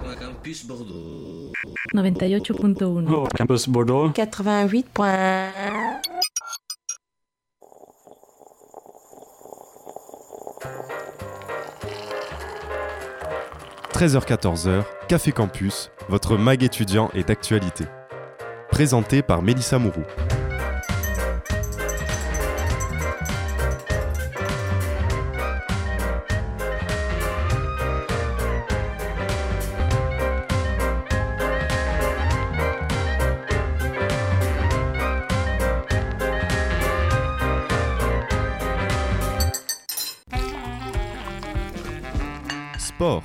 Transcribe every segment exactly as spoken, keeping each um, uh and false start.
Campus Bordeaux. noventa y ocho punto uno. Oh, Campus Bordeaux. quatre-vingt-huit point un. treize heures quatorze, Café Campus, votre mag étudiant et d'actualité. Présenté par Mélissa Mourou. Sport.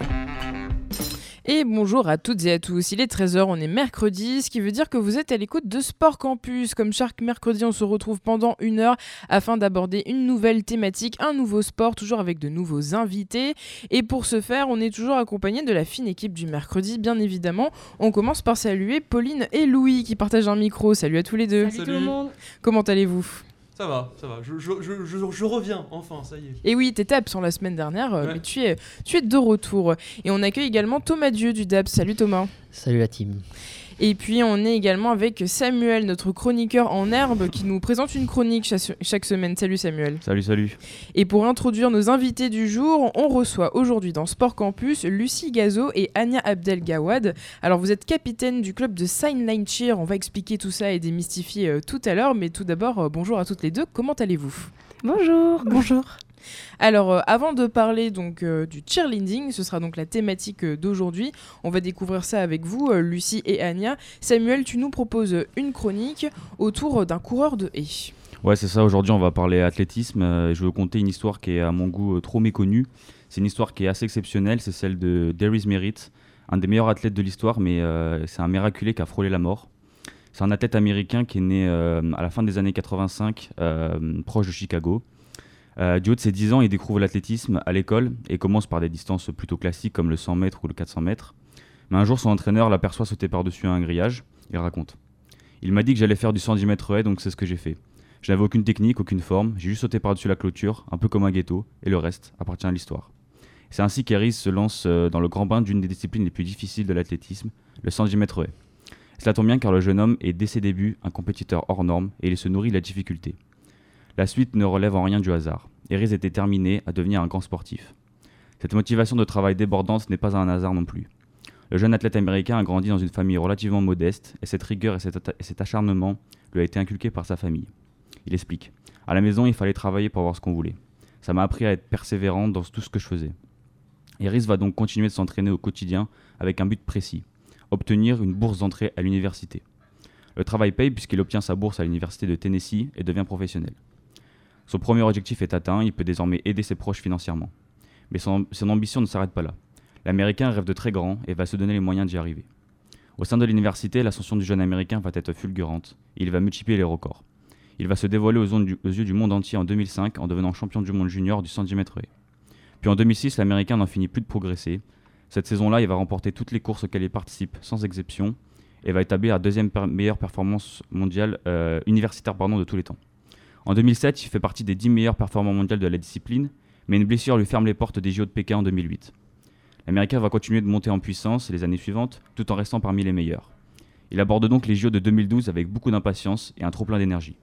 Et bonjour à toutes et à tous, il est treize heures, on est mercredi, ce qui veut dire que vous êtes à l'écoute de Sport Campus. Comme chaque mercredi, on se retrouve pendant une heure afin d'aborder une nouvelle thématique, un nouveau sport, toujours avec de nouveaux invités. Et pour ce faire, on est toujours accompagné de la fine équipe du mercredi, bien évidemment. On commence par saluer Pauline et Louis qui partagent un micro. Salut à tous les deux. Salut, Salut. tout le monde. Comment allez-vous ? Ça va, ça va, je, je, je, je, je reviens, enfin, ça y est. Et oui, t'étais absent la semaine dernière, ouais. mais tu es, tu es de retour. Et on accueille également Thomas Dieu du D A B. Salut Thomas. Salut la team. Et puis on est également avec Samuel, notre chroniqueur en herbe, qui nous présente une chronique chaque, chaque semaine. Salut Samuel. Salut, salut. Et pour introduire nos invités du jour, on reçoit aujourd'hui dans Sport Campus Lucie Gazo et Ania Abdel-Gawad. Alors vous êtes capitaine du club de Signline Cheer, on va expliquer tout ça et démystifier euh, tout à l'heure, mais tout d'abord, euh, bonjour à toutes les deux, comment allez-vous ? Bonjour. Bonjour. Alors, euh, avant de parler donc euh, du cheerleading, ce sera donc la thématique euh, d'aujourd'hui. On va découvrir ça avec vous, euh, Lucie et Ania. Samuel, tu nous proposes une chronique autour d'un coureur de haies. Ouais, c'est ça. Aujourd'hui, on va parler athlétisme. Euh, je veux conter une histoire qui est, à mon goût, euh, trop méconnue. C'est une histoire qui est assez exceptionnelle. C'est celle de Darius Merritt, un des meilleurs athlètes de l'histoire, mais euh, c'est un miraculé qui a frôlé la mort. C'est un athlète américain qui est né euh, à la fin des années quatre-vingt-cinq, euh, proche de Chicago. Euh, du haut de ses dix ans, il découvre l'athlétisme à l'école et commence par des distances plutôt classiques comme le cent mètres ou le quatre cents mètres. Mais un jour, son entraîneur l'aperçoit sauter par-dessus un grillage. Il raconte. Il m'a dit que j'allais faire du cent dix mètres haies, donc c'est ce que j'ai fait. Je n'avais aucune technique, aucune forme, j'ai juste sauté par-dessus la clôture, un peu comme un ghetto, et le reste appartient à l'histoire. C'est ainsi qu'Harris se lance dans le grand bain d'une des disciplines les plus difficiles de l'athlétisme, le cent dix mètres haies. Cela tombe bien car le jeune homme est dès ses débuts un compétiteur hors norme et il se nourrit de la difficulté. La suite ne relève en rien du hasard. Harris était déterminé à devenir un grand sportif. Cette motivation de travail débordante n'est pas un hasard non plus. Le jeune athlète américain a grandi dans une famille relativement modeste et cette rigueur et cet, atta- et cet acharnement lui a été inculqué par sa famille. Il explique. À la maison, il fallait travailler pour avoir ce qu'on voulait. Ça m'a appris à être persévérant dans tout ce que je faisais. Harris va donc continuer de s'entraîner au quotidien avec un but précis. Obtenir une bourse d'entrée à l'université. Le travail paye puisqu'il obtient sa bourse à l'université de Tennessee et devient professionnel. Son premier objectif est atteint, il peut désormais aider ses proches financièrement. Mais son, son ambition ne s'arrête pas là. L'Américain rêve de très grand et va se donner les moyens d'y arriver. Au sein de l'université, l'ascension du jeune Américain va être fulgurante et il va multiplier les records. Il va se dévoiler aux, du, aux yeux du monde entier en deux mille cinq en devenant champion du monde junior du cent dix mètres haies. Puis en deux mille six, l'Américain n'en finit plus de progresser. Cette saison-là, il va remporter toutes les courses auxquelles il participe sans exception et va établir la deuxième per- meilleure performance mondiale euh, universitaire pardon, de tous les temps. En deux mille sept, il fait partie des dix meilleurs performants mondiaux de la discipline, mais une blessure lui ferme les portes des J O de Pékin en deux mille huit. L'Américain va continuer de monter en puissance les années suivantes, tout en restant parmi les meilleurs. Il aborde donc les J O de deux mille douze avec beaucoup d'impatience et un trop-plein d'énergie.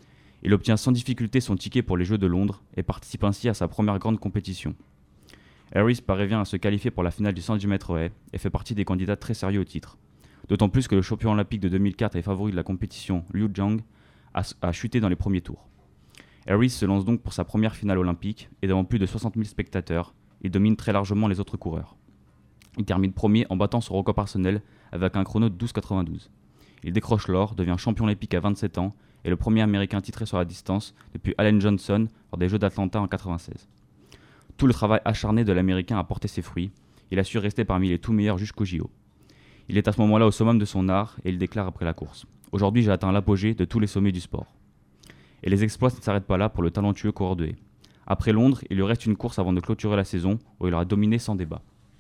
Il obtient sans difficulté son ticket pour les Jeux de Londres et participe ainsi à sa première grande compétition. Harris parvient à se qualifier pour la finale du cent dix mètres haies et fait partie des candidats très sérieux au titre. D'autant plus que le champion olympique de deux mille quatre et favori de la compétition, Liu Zhang, a, a chuté dans les premiers tours. Harris se lance donc pour sa première finale olympique et devant plus de soixante mille spectateurs, il domine très largement les autres coureurs. Il termine premier en battant son record personnel avec un chrono de douze quatre-vingt-douze. Il décroche l'or, devient champion olympique à vingt-sept ans et le premier américain titré sur la distance depuis Allen Johnson lors des Jeux d'Atlanta en quatre-vingt-seize. Tout le travail acharné de l'Américain a porté ses fruits, il a su rester parmi les tout meilleurs jusqu'au J O. Il est à ce moment-là au summum de son art et il déclare après la course. Aujourd'hui, j'ai atteint l'apogée de tous les sommets du sport. Et les exploits ne s'arrêtent pas là pour le talentueux coureur de haies. Après Londres, il lui reste une course avant de clôturer la saison où il aura dominé sans débat.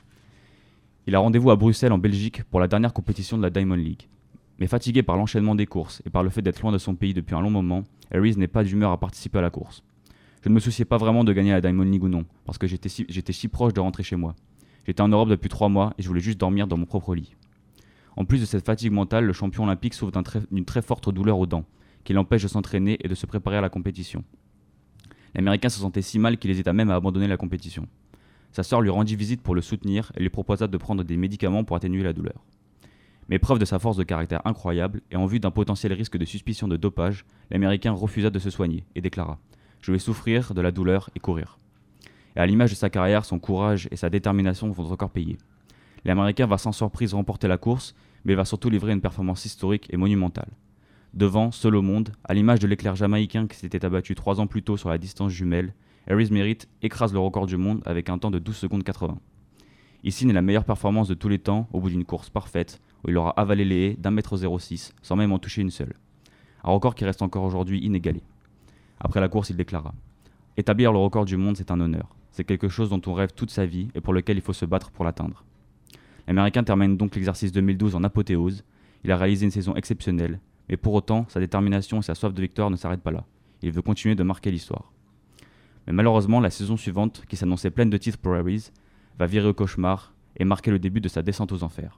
Il a rendez-vous à Bruxelles en Belgique pour la dernière compétition de la Diamond League. Mais fatigué par l'enchaînement des courses et par le fait d'être loin de son pays depuis un long moment, Harris n'est pas d'humeur à participer à la course. Je ne me souciais pas vraiment de gagner la Diamond League ou non, parce que j'étais si, j'étais si proche de rentrer chez moi. J'étais en Europe depuis trois mois et je voulais juste dormir dans mon propre lit. En plus de cette fatigue mentale, le champion olympique souffre d'un très, d'une très forte douleur aux dents, qui l'empêche de s'entraîner et de se préparer à la compétition. L'Américain se sentait si mal qu'il hésita même à abandonner la compétition. Sa sœur lui rendit visite pour le soutenir et lui proposa de prendre des médicaments pour atténuer la douleur. Mais preuve de sa force de caractère incroyable, et en vue d'un potentiel risque de suspicion de dopage, l'Américain refusa de se soigner et déclara « Je vais souffrir de la douleur et courir ». Et à l'image de sa carrière, son courage et sa détermination vont encore payer. L'Américain va sans surprise remporter la course, mais il va surtout livrer une performance historique et monumentale. Devant, seul au monde, à l'image de l'éclair jamaïcain qui s'était abattu trois ans plus tôt sur la distance jumelle, Harris Merritt écrase le record du monde avec un temps de douze secondes quatre-vingts. Il signe la meilleure performance de tous les temps au bout d'une course parfaite où il aura avalé les haies d'un mètre zéro six sans même en toucher une seule. Un record qui reste encore aujourd'hui inégalé. Après la course, il déclara « Établir le record du monde, c'est un honneur. C'est quelque chose dont on rêve toute sa vie et pour lequel il faut se battre pour l'atteindre. » L'Américain termine donc l'exercice deux mille douze en apothéose. Il a réalisé une saison exceptionnelle, mais pour autant, sa détermination et sa soif de victoire ne s'arrêtent pas là. Il veut continuer de marquer l'histoire. Mais malheureusement, la saison suivante, qui s'annonçait pleine de titres pour Harris, va virer au cauchemar et marquer le début de sa descente aux enfers.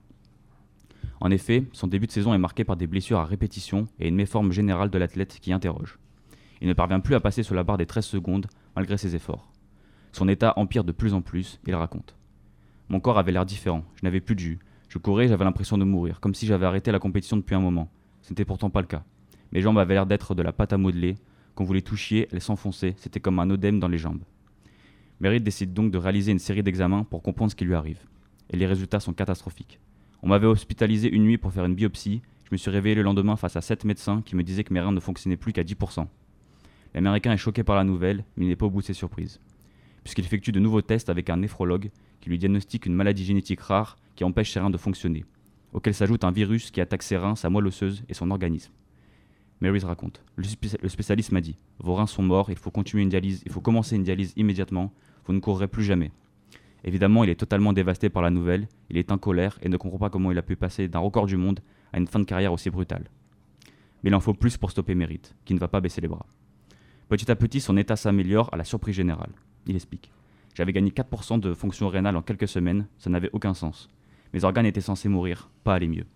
En effet, son début de saison est marqué par des blessures à répétition et une méforme générale de l'athlète qui interroge. Il ne parvient plus à passer sur la barre des treize secondes malgré ses efforts. Son état empire de plus en plus, il raconte. « Mon corps avait l'air différent, je n'avais plus de jus. Je courais et j'avais l'impression de mourir, comme si j'avais arrêté la compétition depuis un moment. Ce n'était pourtant pas le cas. Mes jambes avaient l'air d'être de la pâte à modeler. Quand vous les touchiez, elles s'enfonçaient, c'était comme un œdème dans les jambes. » Merritt décide donc de réaliser une série d'examens pour comprendre ce qui lui arrive. Et les résultats sont catastrophiques. On m'avait hospitalisé une nuit pour faire une biopsie. Je me suis réveillé le lendemain face à sept médecins qui me disaient que mes reins ne fonctionnaient plus qu'à dix pour cent. L'Américain est choqué par la nouvelle, mais il n'est pas au bout de ses surprises. Puisqu'il effectue de nouveaux tests avec un néphrologue qui lui diagnostique une maladie génétique rare qui empêche ses reins de fonctionner, auquel s'ajoute un virus qui attaque ses reins, sa moelle osseuse et son organisme. Merritt raconte. Le, spé- le spécialiste m'a dit « Vos reins sont morts, il faut continuer une dialyse, il faut commencer une dialyse immédiatement, vous ne courrez plus jamais. » Évidemment, il est totalement dévasté par la nouvelle, il est en colère et ne comprend pas comment il a pu passer d'un record du monde à une fin de carrière aussi brutale. Mais il en faut plus pour stopper Merritt, qui ne va pas baisser les bras. Petit à petit, son état s'améliore à la surprise générale. Il explique. J'avais gagné quatre pour cent de fonction rénale en quelques semaines, ça n'avait aucun sens. Mes organes étaient censés mourir, pas aller mieux.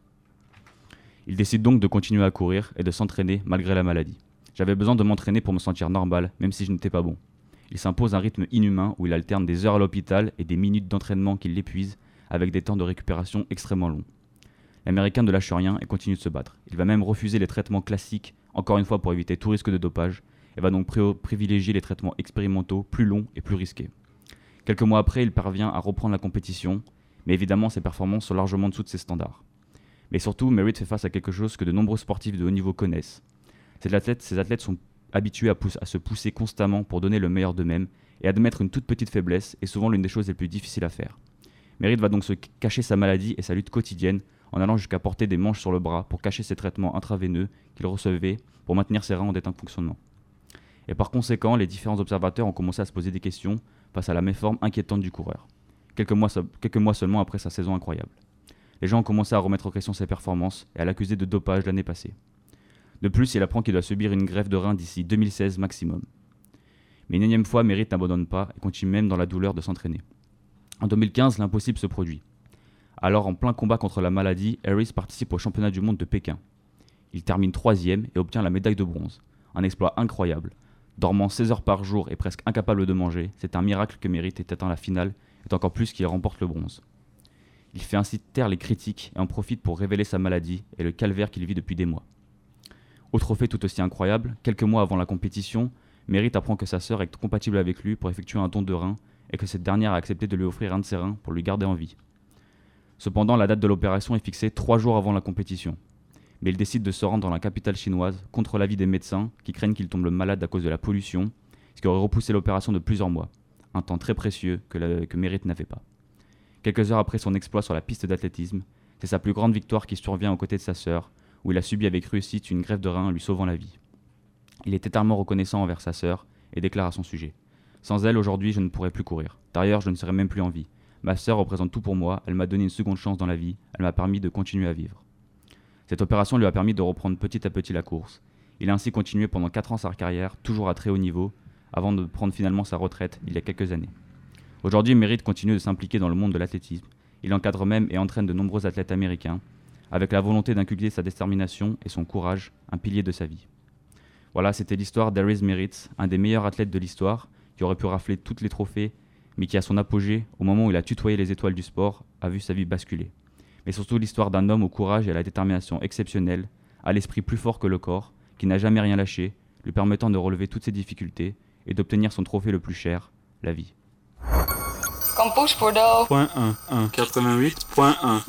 Il décide donc de continuer à courir et de s'entraîner malgré la maladie. J'avais besoin de m'entraîner pour me sentir normal, même si je n'étais pas bon. Il s'impose un rythme inhumain où il alterne des heures à l'hôpital et des minutes d'entraînement qui l'épuisent, avec des temps de récupération extrêmement longs. L'Américain ne lâche rien et continue de se battre. Il va même refuser les traitements classiques, encore une fois pour éviter tout risque de dopage, et va donc pré- privilégier les traitements expérimentaux plus longs et plus risqués. Quelques mois après, il parvient à reprendre la compétition, mais évidemment ses performances sont largement en dessous de ses standards. Mais surtout, Merritt fait face à quelque chose que de nombreux sportifs de haut niveau connaissent. Ces athlètes, ces athlètes sont habitués à, pousse, à se pousser constamment pour donner le meilleur d'eux-mêmes, et admettre une toute petite faiblesse est souvent l'une des choses les plus difficiles à faire. Merritt va donc se cacher sa maladie et sa lutte quotidienne en allant jusqu'à porter des manches sur le bras pour cacher ses traitements intraveineux qu'il recevait pour maintenir ses reins en état de fonctionnement. Et par conséquent, les différents observateurs ont commencé à se poser des questions face à la méforme inquiétante du coureur, quelques mois, quelques mois seulement après sa saison incroyable. Les gens ont commencé à remettre en question ses performances et à l'accuser de dopage l'année passée. De plus, il apprend qu'il doit subir une greffe de rein d'ici deux mille seize maximum. Mais une énième fois, Merritt n'abandonne pas et continue même dans la douleur de s'entraîner. En deux mille quinze, l'impossible se produit. Alors, en plein combat contre la maladie, Harris participe au championnat du monde de Pékin. Il termine troisième et obtient la médaille de bronze. Un exploit incroyable. Dormant seize heures par jour et presque incapable de manger, c'est un miracle que Merritt ait atteint la finale et encore plus qu'il remporte le bronze. Il fait ainsi taire les critiques et en profite pour révéler sa maladie et le calvaire qu'il vit depuis des mois. Autre fait tout aussi incroyable, quelques mois avant la compétition, Merritt apprend que sa sœur est compatible avec lui pour effectuer un don de rein et que cette dernière a accepté de lui offrir un de ses reins pour lui garder en vie. Cependant, la date de l'opération est fixée trois jours avant la compétition. Mais il décide de se rendre dans la capitale chinoise contre l'avis des médecins qui craignent qu'il tombe malade à cause de la pollution, ce qui aurait repoussé l'opération de plusieurs mois, un temps très précieux que, la, que Merritt n'avait pas. Quelques heures après son exploit sur la piste d'athlétisme, c'est sa plus grande victoire qui survient aux côtés de sa sœur, où il a subi avec réussite une greffe de rein lui sauvant la vie. Il est éternellement reconnaissant envers sa sœur et déclare à son sujet « Sans elle, aujourd'hui, je ne pourrais plus courir. D'ailleurs, je ne serais même plus en vie. Ma sœur représente tout pour moi, elle m'a donné une seconde chance dans la vie, elle m'a permis de continuer à vivre. » Cette opération lui a permis de reprendre petit à petit la course. Il a ainsi continué pendant quatre ans sa carrière, toujours à très haut niveau, avant de prendre finalement sa retraite il y a quelques années. Aujourd'hui, Merritt continue de s'impliquer dans le monde de l'athlétisme. Il encadre même et entraîne de nombreux athlètes américains, avec la volonté d'inculquer sa détermination et son courage, un pilier de sa vie. Voilà, c'était l'histoire d'Aries Merritt, un des meilleurs athlètes de l'histoire, qui aurait pu rafler tous les trophées, mais qui, à son apogée, au moment où il a tutoyé les étoiles du sport, a vu sa vie basculer. Mais surtout l'histoire d'un homme au courage et à la détermination exceptionnelle, à l'esprit plus fort que le corps, qui n'a jamais rien lâché, lui permettant de relever toutes ses difficultés et d'obtenir son trophée le plus cher, la vie. Campus Bordeaux. Point un, un, quatre-vingt-huit point un.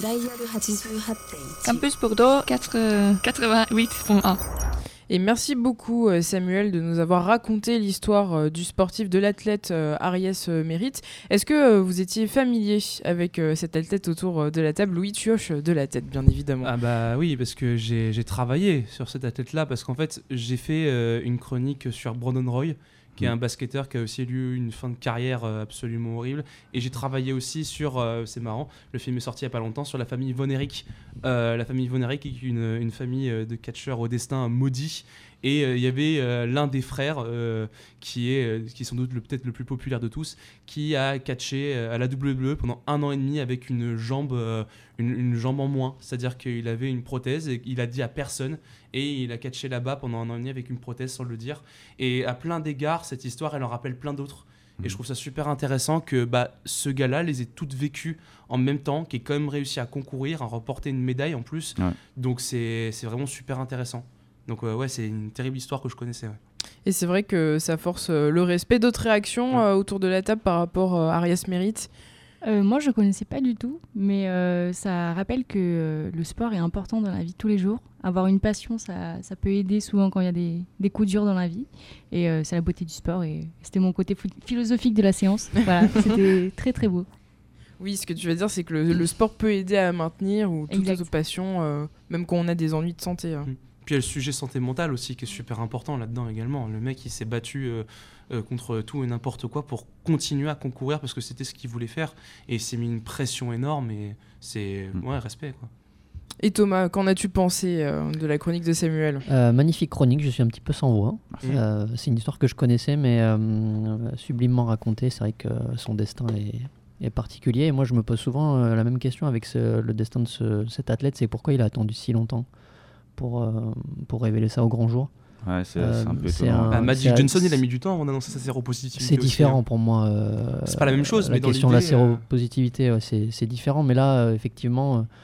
Campus Bordeaux quatre-vingt-huit point un. Et merci beaucoup Samuel de nous avoir raconté l'histoire du sportif, de l'athlète Aries Merritt. Est-ce que vous étiez familier avec cet athlète autour de la table? Louis, tu hoches de la tête, bien évidemment. Ah bah oui, parce que j'ai, j'ai travaillé sur cet athlète-là, parce qu'en fait, j'ai fait euh, une chronique sur Brandon Roy, qui est un basketteur qui a aussi eu une fin de carrière euh, absolument horrible. Et j'ai travaillé aussi sur, euh, c'est marrant, le film est sorti il n'y a pas longtemps, sur la famille Von Erich. Euh, la famille Von Erich est une, une famille de catcheurs au destin maudit. Et il euh, y avait euh, l'un des frères, euh, qui, est, euh, qui est sans doute le, peut-être le plus populaire de tous, qui a catché euh, à la W W E pendant un an et demi avec une jambe, euh, une, une jambe en moins. C'est-à-dire qu'il avait une prothèse et il a dit à personne. Et il a catché là-bas pendant un an et demi avec une prothèse sans le dire. Et à plein d'égards, cette histoire, elle en rappelle plein d'autres. Mmh. Et je trouve ça super intéressant que bah, ce gars-là les ait toutes vécues en même temps, qui ait quand même réussi à concourir, à remporter une médaille en plus. Ouais. Donc c'est, c'est vraiment super intéressant. Donc euh, ouais, c'est une terrible histoire que je connaissais. Ouais. Et c'est vrai que ça force euh, le respect. D'autres réactions ouais. euh, autour de la table par rapport euh, à Aries Merritt? Euh, moi, je ne connaissais pas du tout, mais euh, ça rappelle que euh, le sport est important dans la vie de tous les jours. Avoir une passion, ça, ça peut aider souvent quand il y a des, des coups durs dans la vie. Et euh, c'est la beauté du sport. Et c'était mon côté philosophique de la séance. Voilà, c'était très, très beau. Oui, ce que tu veux dire, c'est que le, le sport peut aider à maintenir ou toute autre passion, euh, même quand on a des ennuis de santé. Hein. Puis il y a le sujet santé mentale aussi qui est super important là-dedans également. Le mec, il s'est battu euh, euh, contre tout et n'importe quoi pour continuer à concourir parce que c'était ce qu'il voulait faire. Et il s'est mis une pression énorme et c'est... Mmh. Ouais, respect, quoi. Et Thomas, qu'en as-tu pensé euh, de la chronique de Samuel? euh, Magnifique chronique, je suis un petit peu sans voix. Mmh. Euh, c'est une histoire que je connaissais, mais euh, sublimement racontée. C'est vrai que son destin est, est particulier. Et moi, je me pose souvent euh, la même question avec ce, le destin de ce, cet athlète, c'est pourquoi il a attendu si longtemps pour, euh, pour révéler ça au grand jour. Ouais, c'est, euh, c'est un peu étonnant. Bah, Magic Johnson, il a mis du temps avant d'annoncer sa séropositivité. C'est différent aussi, hein. pour moi. Euh, c'est pas la même chose, la mais dans question de l'idée, la séropositivité, ouais, c'est, c'est différent. Mais là, euh, effectivement, euh,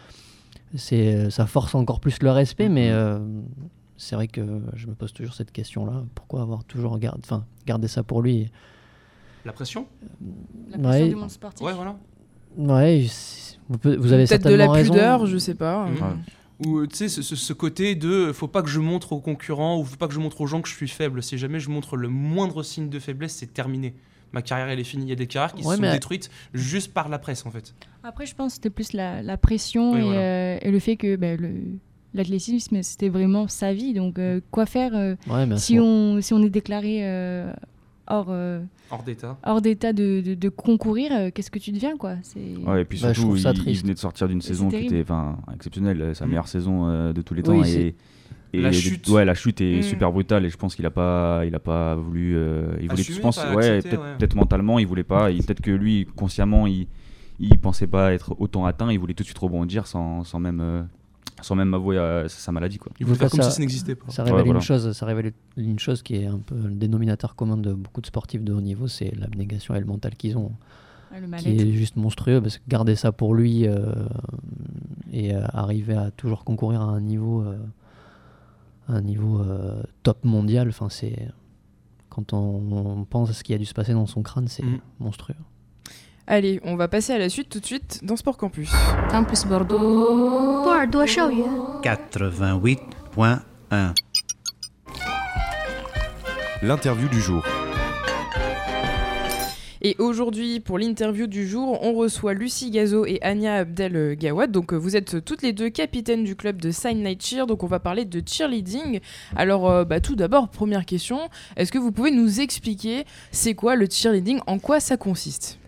c'est, ça force encore plus le respect. Mm-hmm. Mais euh, c'est vrai que je me pose toujours cette question-là. Pourquoi avoir toujours gardé, enfin, gardé ça pour lui? La pression La pression ouais. du monde sportif. Ouais, voilà. Ouais, vous, peut, vous avez peut-être certainement raison. Peut-être de la pudeur, je sais pas. Mmh. Ouais. Ou tu sais, ce, ce, ce côté de faut pas que je montre aux concurrents ou faut pas que je montre aux gens que je suis faible. Si jamais je montre le moindre signe de faiblesse, c'est terminé. Ma carrière, elle est finie. Il y a des carrières qui ouais, se sont mais... détruites juste par la presse, en fait. Après, je pense que c'était plus la, la pression oui, et, voilà. euh, et le fait que bah, le, l'athlétisme, c'était vraiment sa vie. Donc, euh, quoi faire euh, ouais, si, on, si on est déclaré euh, hors, euh, hors d'état, hors d'état de, de, de concourir, euh, qu'est-ce que tu deviens, quoi? C'est... Ouais, et puis bah, surtout, il, il venait de sortir d'une saison qui était exceptionnelle, sa mmh. meilleure saison euh, de tous les temps. Oui, et, et la chute, ouais, la chute est mmh. super brutale et je pense qu'il a pas, il a pas voulu, euh, il voulait, Assumer, je pense, ouais, accepter, peut-être, ouais. peut-être mentalement, il voulait pas, il, peut-être que lui, consciemment, il, il pensait pas être autant atteint, il voulait tout de suite rebondir sans, sans même. Euh, sans même avouer euh, sa maladie, quoi. Il voulait faire comme ça, si ça n'existait pas. Ça révèle, ouais, voilà. une chose, ça révèle une chose qui est un peu le dénominateur commun de beaucoup de sportifs de haut niveau, c'est l'abnégation et le mental qu'ils ont, ouais, qui est juste monstrueux, parce que garder ça pour lui euh, et euh, arriver à toujours concourir à un niveau, euh, un niveau euh, top mondial, c'est, quand on, on pense à ce qui a dû se passer dans son crâne, c'est mmh. monstrueux. Allez, on va passer à la suite tout de suite dans Sport Campus. Campus Bordeaux. Bordeaux quatre-vingt-huit point un. L'interview du jour. Et aujourd'hui, pour l'interview du jour, on reçoit Lucie Gazo et Anya Abdel Gawad. Donc, vous êtes toutes les deux capitaines du club de Sign Night Cheer. Donc, on va parler de cheerleading. Alors, euh, bah, tout d'abord, première question. Est-ce que vous pouvez nous expliquer c'est quoi le cheerleading? En quoi ça consiste?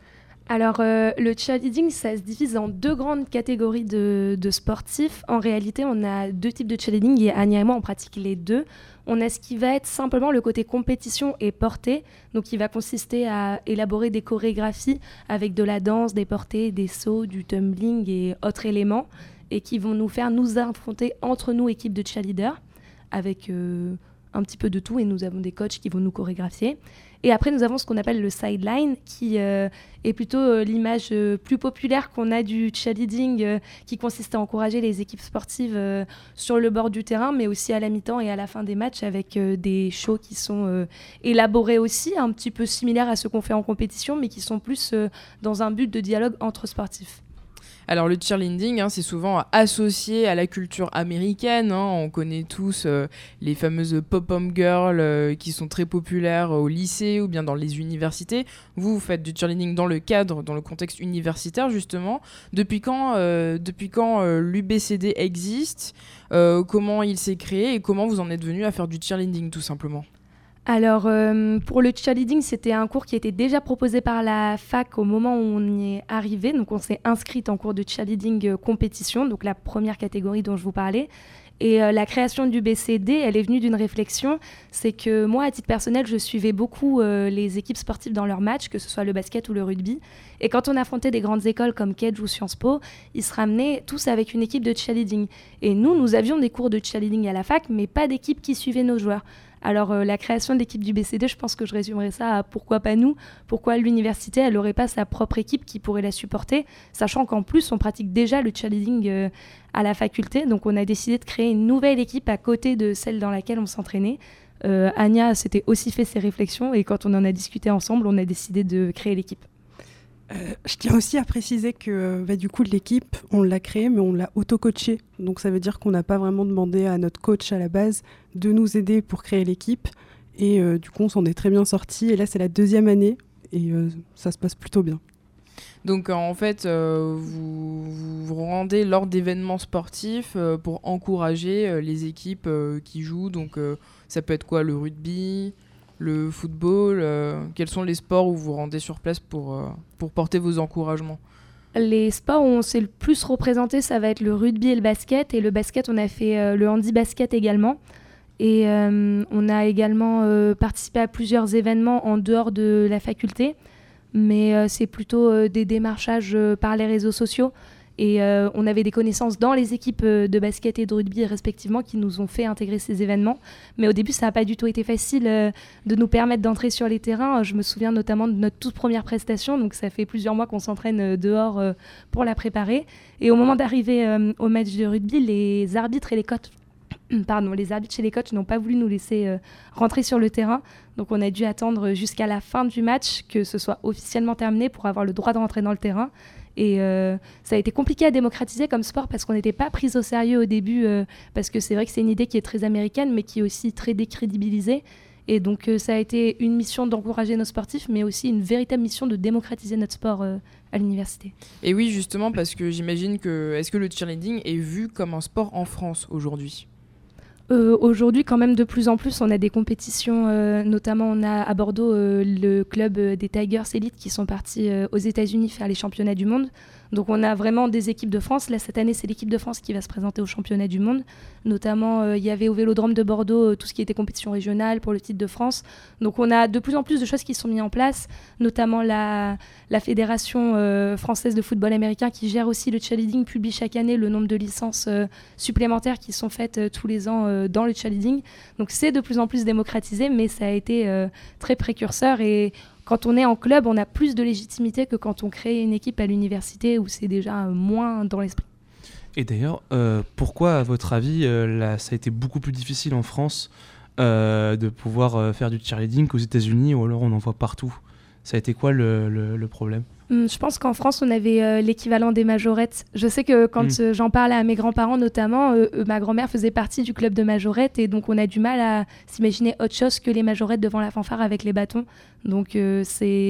Alors, euh, le cheerleading, ça se divise en deux grandes catégories de, de sportifs. En réalité, on a deux types de cheerleading et Anya et moi, on pratique les deux. On a ce qui va être simplement le côté compétition et portée, donc qui va consister à élaborer des chorégraphies avec de la danse, des portées, des sauts, du tumbling et autres éléments, et qui vont nous faire nous affronter entre nous, équipe de cheerleaders, avec euh, un petit peu de tout, et nous avons des coachs qui vont nous chorégraphier. Et après, nous avons ce qu'on appelle le sideline, qui euh, est plutôt euh, l'image euh, plus populaire qu'on a du cheerleading, euh, qui consiste à encourager les équipes sportives euh, sur le bord du terrain, mais aussi à la mi-temps et à la fin des matchs, avec euh, des shows qui sont euh, élaborés aussi, un petit peu similaires à ce qu'on fait en compétition, mais qui sont plus euh, dans un but de dialogue entre sportifs. Alors le cheerleading, hein, c'est souvent associé à la culture américaine. Hein. On connaît tous euh, les fameuses pop-up girls euh, qui sont très populaires au lycée ou bien dans les universités. Vous, vous faites du cheerleading dans le cadre, dans le contexte universitaire justement. Depuis quand, euh, depuis quand euh, l'U B C D existe, euh, comment il s'est créé et comment vous en êtes venu à faire du cheerleading tout simplement ? Alors, euh, pour le cheerleading, c'était un cours qui était déjà proposé par la fac au moment où on y est arrivé. Donc, on s'est inscrite en cours de cheerleading euh, compétition, donc la première catégorie dont je vous parlais. Et euh, la création du B C D, elle est venue d'une réflexion. C'est que moi, à titre personnel, je suivais beaucoup euh, les équipes sportives dans leurs matchs, que ce soit le basket ou le rugby. Et quand on affrontait des grandes écoles comme Kedge ou Sciences Po, ils se ramenaient tous avec une équipe de cheerleading. Et nous, nous avions des cours de cheerleading à la fac, mais pas d'équipe qui suivait nos joueurs. Alors euh, la création de l'équipe du B C D, je pense que je résumerais ça à pourquoi pas nous, pourquoi l'université, elle n'aurait pas sa propre équipe qui pourrait la supporter, sachant qu'en plus on pratique déjà le cheerleading euh, à la faculté, donc on a décidé de créer une nouvelle équipe à côté de celle dans laquelle on s'entraînait. Euh, Anya s'était aussi fait ses réflexions et quand on en a discuté ensemble, on a décidé de créer l'équipe. Euh, je tiens aussi à préciser que bah, du coup l'équipe, on l'a créée mais on l'a auto-coachée. Donc ça veut dire qu'on n'a pas vraiment demandé à notre coach à la base de nous aider pour créer l'équipe. Et euh, du coup on s'en est très bien sorti. Et là c'est la deuxième année et euh, ça se passe plutôt bien. Donc en fait, euh, vous vous rendez lors d'événements sportifs euh, pour encourager euh, les équipes euh, qui jouent. Donc euh, ça peut être quoi, le rugby, le football, euh, quels sont les sports où vous vous rendez sur place pour, euh, pour porter vos encouragements ? Les sports où on s'est le plus représenté, ça va être le rugby et le basket. Et le basket, on a fait euh, le handi-basket également. Et euh, on a également euh, participé à plusieurs événements en dehors de la faculté. Mais euh, c'est plutôt euh, des démarchages euh, par les réseaux sociaux. Et euh, on avait des connaissances dans les équipes euh, de basket et de rugby respectivement qui nous ont fait intégrer ces événements. Mais au début, ça n'a pas du tout été facile euh, de nous permettre d'entrer sur les terrains. Je me souviens notamment de notre toute première prestation. Donc ça fait plusieurs mois qu'on s'entraîne euh, dehors euh, pour la préparer. Et au moment d'arriver euh, au match de rugby, les arbitres et les coachs, pardon, les arbitres chez les coachs n'ont pas voulu nous laisser euh, rentrer sur le terrain. Donc on a dû attendre jusqu'à la fin du match que ce soit officiellement terminé pour avoir le droit de rentrer dans le terrain. Et euh, ça a été compliqué à démocratiser comme sport parce qu'on n'était pas pris au sérieux au début, euh, parce que c'est vrai que c'est une idée qui est très américaine, mais qui est aussi très décrédibilisée. Et donc euh, ça a été une mission d'encourager nos sportifs, mais aussi une véritable mission de démocratiser notre sport euh, à l'université. Et oui, justement, parce que j'imagine que... Est-ce que le cheerleading est vu comme un sport en France aujourd'hui ? Euh, aujourd'hui, quand même, de plus en plus, on a des compétitions, euh, notamment on a à Bordeaux euh, le club euh, des Tigers Elite qui sont partis euh, aux États-Unis faire les championnats du monde. Donc on a vraiment des équipes de France. Là, cette année, c'est l'équipe de France qui va se présenter aux championnats du monde. Notamment, euh, il y avait au Vélodrome de Bordeaux euh, tout ce qui était compétition régionale pour le titre de France. Donc on a de plus en plus de choses qui sont mises en place, notamment la, la Fédération euh, française de football américain qui gère aussi le cheerleading, publie chaque année le nombre de licences euh, supplémentaires qui sont faites euh, tous les ans euh, dans le cheerleading. Donc c'est de plus en plus démocratisé, mais ça a été euh, très précurseur. Et quand on est en club, on a plus de légitimité que quand on crée une équipe à l'université où c'est déjà euh, moins dans l'esprit. Et d'ailleurs, euh, pourquoi, à votre avis, euh, là, ça a été beaucoup plus difficile en France euh, de pouvoir euh, faire du cheerleading qu'aux États-Unis, ou alors on en voit partout ? Ça a été quoi le, le, le problème ? Je pense qu'en France, on avait euh, l'équivalent des majorettes. Je sais que quand mmh. euh, j'en parlais à mes grands-parents notamment, euh, euh, ma grand-mère faisait partie du club de majorettes et donc on a du mal à s'imaginer autre chose que les majorettes devant la fanfare avec les bâtons. Donc euh, c'est,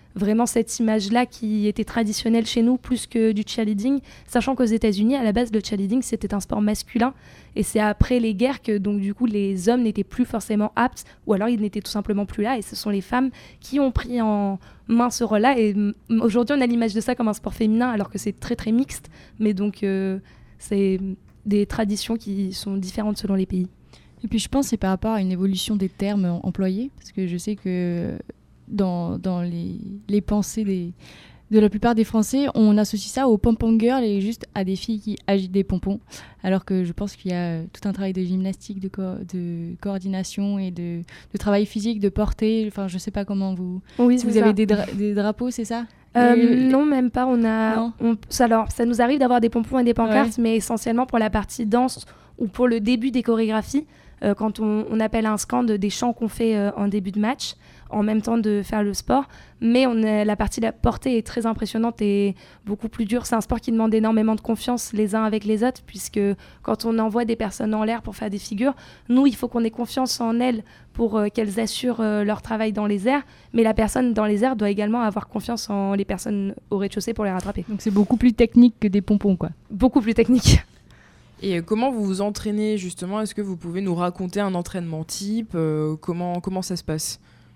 vraiment cette image-là qui était traditionnelle chez nous plus que du cheerleading, sachant qu'aux États-Unis, à la base, le cheerleading, c'était un sport masculin. Et c'est après les guerres que donc, du coup, les hommes n'étaient plus forcément aptes, ou alors ils n'étaient tout simplement plus là. Et ce sont les femmes qui ont pris en main ce rôle-là. Et m- aujourd'hui, on a l'image de ça comme un sport féminin, alors que c'est très, très mixte. Mais donc, euh, c'est des traditions qui sont différentes selon les pays. Et puis je pense que c'est par rapport à une évolution des termes employés, parce que je sais que dans, dans les, les pensées des, de la plupart des Français, on associe ça aux pom-pom girls et juste à des filles qui agitent des pompons, alors que je pense qu'il y a tout un travail de gymnastique, de, co- de coordination et de, de travail physique, de portée. Enfin, je sais pas comment vous... Oui, si c'est vous avez ça. des, dra- des drapeaux, c'est ça? Euh, Les- non, même pas. On a, Non. on- ça, alors, ça nous arrive d'avoir des pompons et des pancartes, Ouais. mais essentiellement pour la partie danse ou pour le début des chorégraphies, euh, quand on, on appelle un scand des chants qu'on fait euh, en début de match, en même temps de faire le sport. Mais on a, la partie de la portée est très impressionnante et beaucoup plus dure. C'est un sport qui demande énormément de confiance les uns avec les autres, puisque quand on envoie des personnes en l'air pour faire des figures, nous, il faut qu'on ait confiance en elles pour euh, qu'elles assurent euh, leur travail dans les airs. Mais la personne dans les airs doit également avoir confiance en les personnes au rez-de-chaussée pour les rattraper. Donc c'est beaucoup plus technique que des pompons, quoi. Beaucoup plus technique. Et euh, comment vous vous entraînez justement? Est-ce que vous pouvez nous raconter un entraînement type? Euh, comment, comment ça se passe?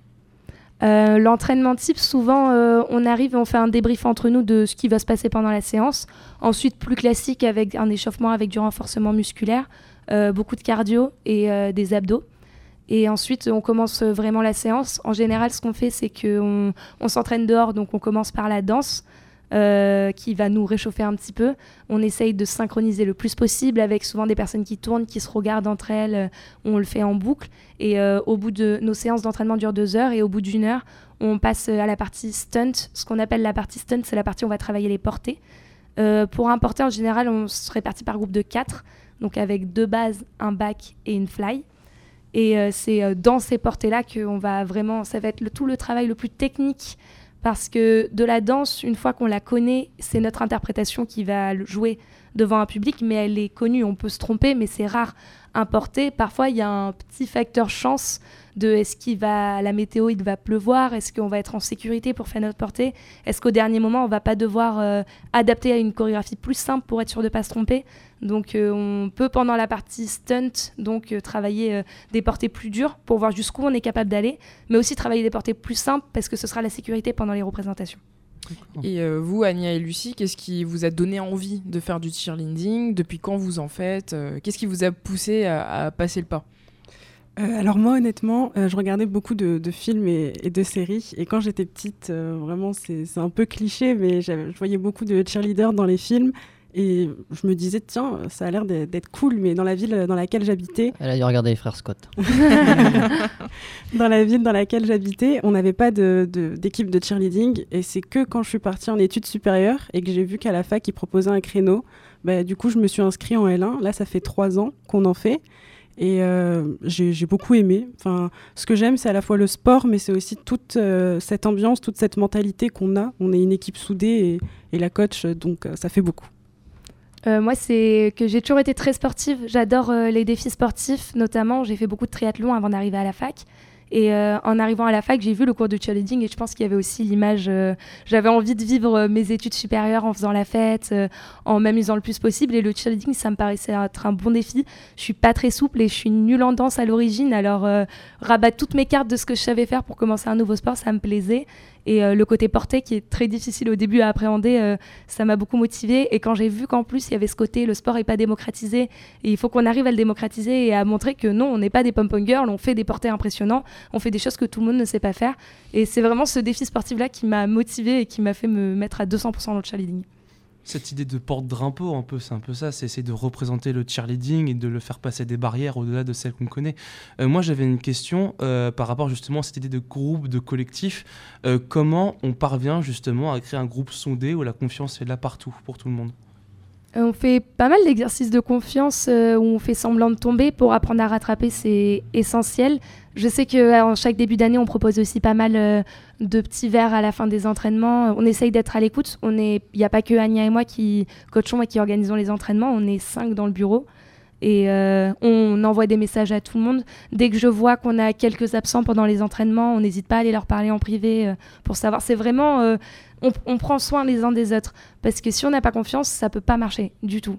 Euh, l'entraînement type, souvent, euh, on arrive et on fait un débrief entre nous de ce qui va se passer pendant la séance. Ensuite, plus classique, avec un échauffement avec du renforcement musculaire, euh, beaucoup de cardio et euh, des abdos. Et ensuite, on commence vraiment la séance. En général, ce qu'on fait, c'est qu'on on s'entraîne dehors, donc on commence par la danse. Euh, qui va nous réchauffer un petit peu. On essaye de synchroniser le plus possible avec souvent des personnes qui tournent, qui se regardent entre elles. Euh, on le fait en boucle. Et euh, au bout de nos séances d'entraînement durent deux heures. Et au bout d'une heure, on passe à la partie stunt. Ce qu'on appelle la partie stunt, c'est la partie où on va travailler les portées. Euh, pour un porté, en général, on se répartit par groupe de quatre. Donc avec deux bases, un back et une fly. Et euh, c'est euh, dans ces portées-là qu'on va vraiment... Ça va être le, tout le travail le plus technique. Parce que de la danse, une fois qu'on la connaît, c'est notre interprétation qui va le jouer devant un public, mais elle est connue, on peut se tromper, mais c'est rare. Un porté, parfois il y a un petit facteur chance de est-ce qu'il va, la météo, il va pleuvoir, est-ce qu'on va être en sécurité pour faire notre portée, est-ce qu'au dernier moment on va pas devoir euh, adapter à une chorégraphie plus simple pour être sûr de pas se tromper. Donc euh, on peut pendant la partie stunt donc euh, travailler euh, des portées plus dures pour voir jusqu'où on est capable d'aller, mais aussi travailler des portées plus simples parce que ce sera la sécurité pendant les représentations. Et euh, vous, Anya et Lucie, qu'est-ce qui vous a donné envie de faire du cheerleading? Depuis quand vous en faites? euh, Qu'est-ce qui vous a poussé à, à passer le pas? Euh, alors moi honnêtement, euh, je regardais beaucoup de, de films et, et de séries et quand j'étais petite, euh, vraiment c'est, c'est un peu cliché, mais j'avais, je voyais beaucoup de cheerleaders dans les films et je me disais tiens, ça a l'air d'être, d'être cool, mais dans la ville dans laquelle j'habitais... Elle a dû regarder les frères Scott. Dans la ville dans laquelle j'habitais, on n'avait pas de, de, d'équipe de cheerleading et c'est que quand je suis partie en études supérieures et que j'ai vu qu'à la fac ils proposaient un créneau, bah, du coup je me suis inscrite en L un, là ça fait trois ans qu'on en fait. Et euh, j'ai, j'ai beaucoup aimé. Enfin, ce que j'aime, c'est à la fois le sport, mais c'est aussi toute euh, cette ambiance, toute cette mentalité qu'on a. On est une équipe soudée et, et la coach, donc euh, ça fait beaucoup. Euh, moi, c'est que j'ai toujours été très sportive. J'adore euh, les défis sportifs, notamment. J'ai fait beaucoup de triathlon avant d'arriver à la fac. Et euh, en arrivant à la fac, j'ai vu le cours de cheerleading et je pense qu'il y avait aussi l'image... Euh, j'avais envie de vivre euh, mes études supérieures en faisant la fête, euh, en m'amusant le plus possible. Et le cheerleading, ça me paraissait être un bon défi. Je suis pas très souple et je suis nulle en danse à l'origine. Alors, euh, rabattre toutes mes cartes de ce que je savais faire pour commencer un nouveau sport, ça me plaisait. Et euh, le côté porté, qui est très difficile au début à appréhender, euh, ça m'a beaucoup motivée. Et quand j'ai vu qu'en plus, il y avait ce côté, le sport n'est pas démocratisé, et il faut qu'on arrive à le démocratiser et à montrer que non, on n'est pas des pom-pom girls, on fait des portés impressionnants, on fait des choses que tout le monde ne sait pas faire. Et c'est vraiment ce défi sportif-là qui m'a motivée et qui m'a fait me mettre à deux cents pour cent dans le cheerleading. Cette idée de porte-drapeau, un peu, c'est un peu ça, c'est essayer de représenter le cheerleading et de le faire passer des barrières au-delà de celles qu'on connaît. Euh, moi, j'avais une question euh, par rapport justement à cette idée de groupe, de collectif. Euh, comment on parvient justement à créer un groupe sondé où la confiance est là partout, pour tout le monde? On fait pas mal d'exercices de confiance euh, où on fait semblant de tomber pour apprendre à rattraper, c'est essentiel. Je sais qu'en chaque début d'année, on propose aussi pas mal euh, de petits verres à la fin des entraînements. On essaye d'être à l'écoute. Il n'y a pas que Anya et moi qui coachons et qui organisons les entraînements. On est cinq dans le bureau. et euh, on envoie des messages à tout le monde. Dès que je vois qu'on a quelques absents pendant les entraînements, on n'hésite pas à aller leur parler en privé euh, pour savoir. C'est vraiment, euh, on, on prend soin les uns des autres, parce que si on n'a pas confiance, ça peut pas marcher du tout.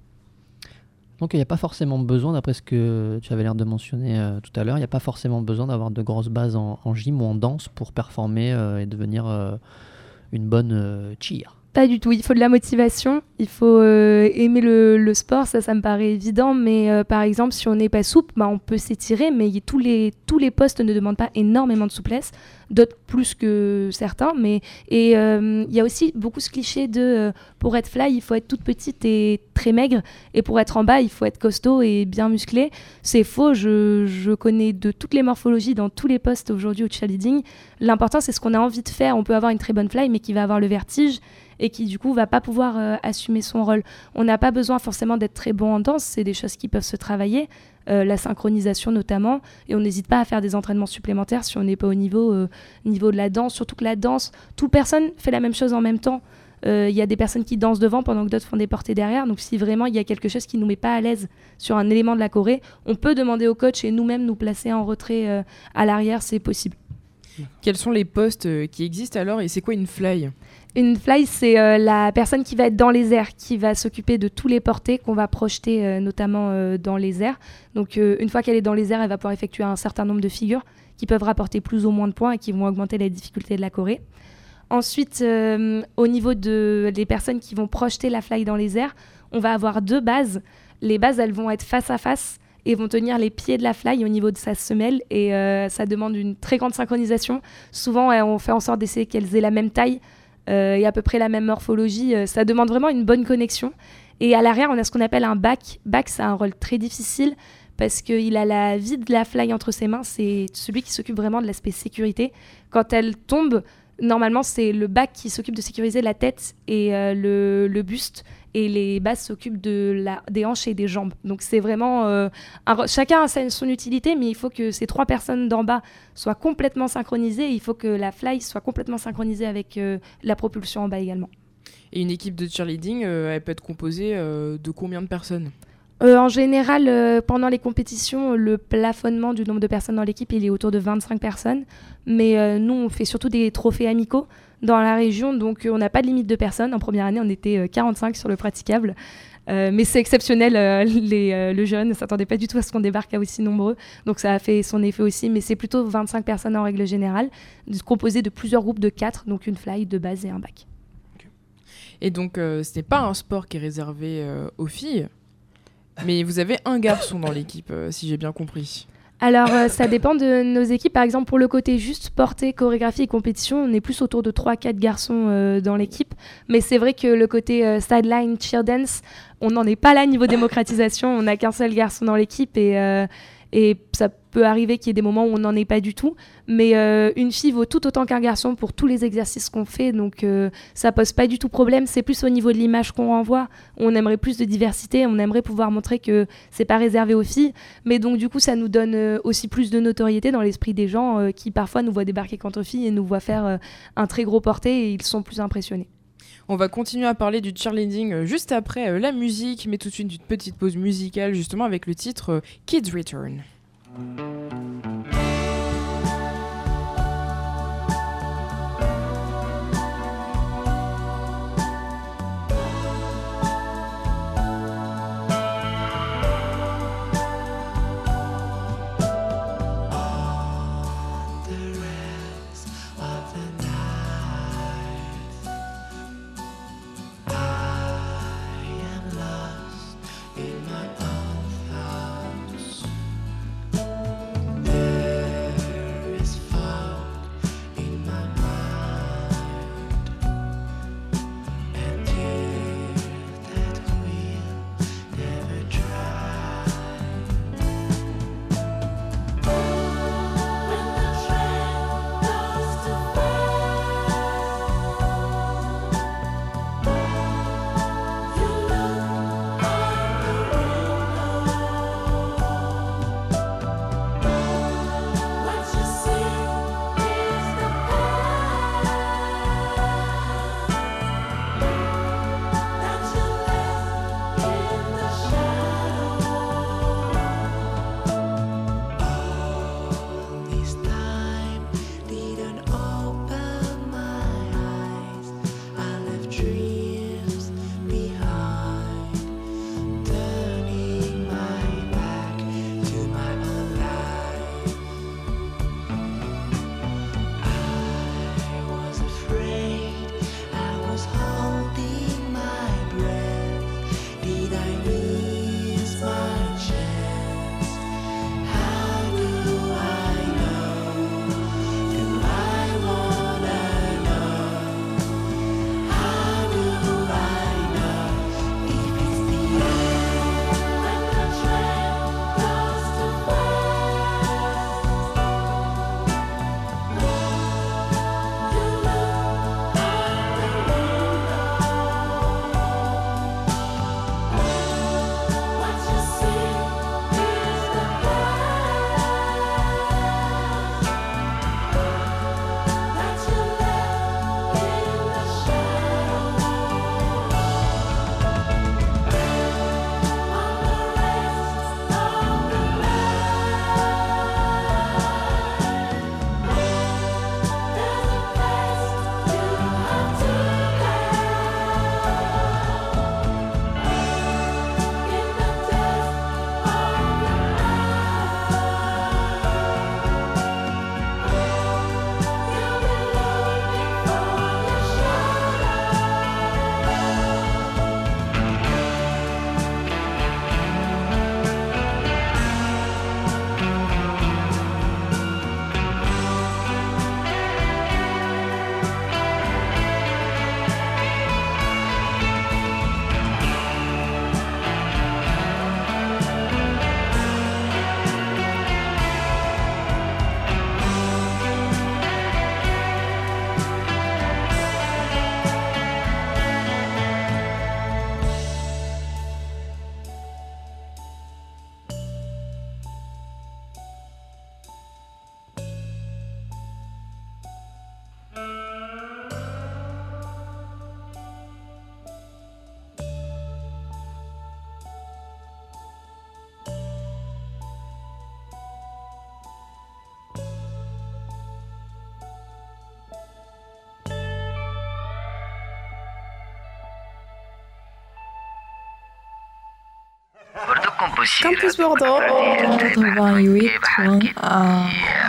Donc il n'y a pas forcément besoin, d'après ce que tu avais l'air de mentionner euh, tout à l'heure, il n'y a pas forcément besoin d'avoir de grosses bases en, en gym ou en danse pour performer euh, et devenir euh, une bonne euh, cheer. Pas du tout, il faut de la motivation, il faut euh, aimer le, le sport, ça, ça me paraît évident, mais euh, par exemple, si on n'est pas souple, bah, on peut s'étirer, mais y, tous, les, tous les postes ne demandent pas énormément de souplesse, d'autres plus que certains, mais et il euh, y a aussi beaucoup ce cliché de euh, pour être fly, il faut être toute petite et très maigre, et pour être en bas, il faut être costaud et bien musclé. C'est faux, je, je connais de toutes les morphologies dans tous les postes aujourd'hui au cheerleading. L'important, c'est ce qu'on a envie de faire. On peut avoir une très bonne fly, mais qui va avoir le vertige, et qui du coup va pas pouvoir euh, assumer son rôle. On n'a pas besoin forcément d'être très bon en danse, c'est des choses qui peuvent se travailler, euh, la synchronisation notamment, et on n'hésite pas à faire des entraînements supplémentaires si on n'est pas au niveau, euh, niveau de la danse, surtout que la danse, toute personne fait la même chose en même temps. Il euh, y a des personnes qui dansent devant pendant que d'autres font des portées derrière, donc si vraiment il y a quelque chose qui nous met pas à l'aise sur un élément de la choré, on peut demander au coach et nous-mêmes nous placer en retrait euh, à l'arrière, c'est possible. Quels sont les postes euh, qui existent alors, et c'est quoi une fly ? Une fly, c'est euh, la personne qui va être dans les airs, qui va s'occuper de tous les portées qu'on va projeter euh, notamment euh, dans les airs. Donc euh, une fois qu'elle est dans les airs, elle va pouvoir effectuer un certain nombre de figures qui peuvent rapporter plus ou moins de points et qui vont augmenter la difficulté de la choré. Ensuite, euh, au niveau de, des personnes qui vont projeter la fly dans les airs, on va avoir deux bases. Les bases, elles vont être face à face et vont tenir les pieds de la fly au niveau de sa semelle, et euh, ça demande une très grande synchronisation. Souvent, euh, on fait en sorte d'essayer qu'elles aient la même taille euh, et à peu près la même morphologie. Euh, ça demande vraiment une bonne connexion. Et à l'arrière, on a ce qu'on appelle un back. Back, c'est un rôle très difficile parce qu'il a la vie de la fly entre ses mains. C'est celui qui s'occupe vraiment de l'aspect sécurité. Quand elle tombe, normalement, c'est le back qui s'occupe de sécuriser la tête et euh, le, le buste, et les basses s'occupent de la, des hanches et des jambes. Donc c'est vraiment... Euh, un, chacun a son utilité, mais il faut que ces trois personnes d'en bas soient complètement synchronisées, et il faut que la fly soit complètement synchronisée avec euh, la propulsion en bas également. Et une équipe de cheerleading, euh, elle peut être composée euh, de combien de personnes ? Euh, en général, euh, pendant les compétitions, le plafonnement du nombre de personnes dans l'équipe, il est autour de vingt-cinq personnes. Mais euh, nous, on fait surtout des trophées amicaux dans la région, donc euh, on n'a pas de limite de personnes. En première année, on était euh, quarante-cinq sur le praticable. Euh, mais c'est exceptionnel, euh, les, euh, le jeune ne s'attendait pas du tout à ce qu'on débarque à aussi nombreux. Donc ça a fait son effet aussi, mais c'est plutôt vingt-cinq personnes en règle générale, composées de plusieurs groupes de quatre, donc une fly, deux bases et un back. Okay. Et donc, euh, ce n'est pas un sport qui est réservé euh, aux filles, mais vous avez un garçon dans l'équipe, euh, si j'ai bien compris. Alors, euh, ça dépend de nos équipes. Par exemple, pour le côté juste portée, chorégraphie et compétition, on est plus autour de trois à quatre garçons euh, dans l'équipe. Mais c'est vrai que le côté euh, sideline, cheer dance, on n'en est pas là niveau démocratisation. On n'a qu'un seul garçon dans l'équipe et, euh, et ça peut arriver qu'il y ait des moments où on n'en est pas du tout. Mais euh, une fille vaut tout autant qu'un garçon pour tous les exercices qu'on fait. Donc, euh, ça pose pas du tout problème. C'est plus au niveau de l'image qu'on renvoie. On aimerait plus de diversité. On aimerait pouvoir montrer que c'est pas réservé aux filles. Mais donc, du coup, ça nous donne euh, aussi plus de notoriété dans l'esprit des gens euh, qui parfois nous voient débarquer contre filles et nous voient faire euh, un très gros porté, et ils sont plus impressionnés. On va continuer à parler du cheerleading euh, juste après euh, la musique, mais tout de suite une petite pause musicale justement avec le titre euh, Kids Return. In my own house, Campus Bordeaux quatre-vingt-huit point un.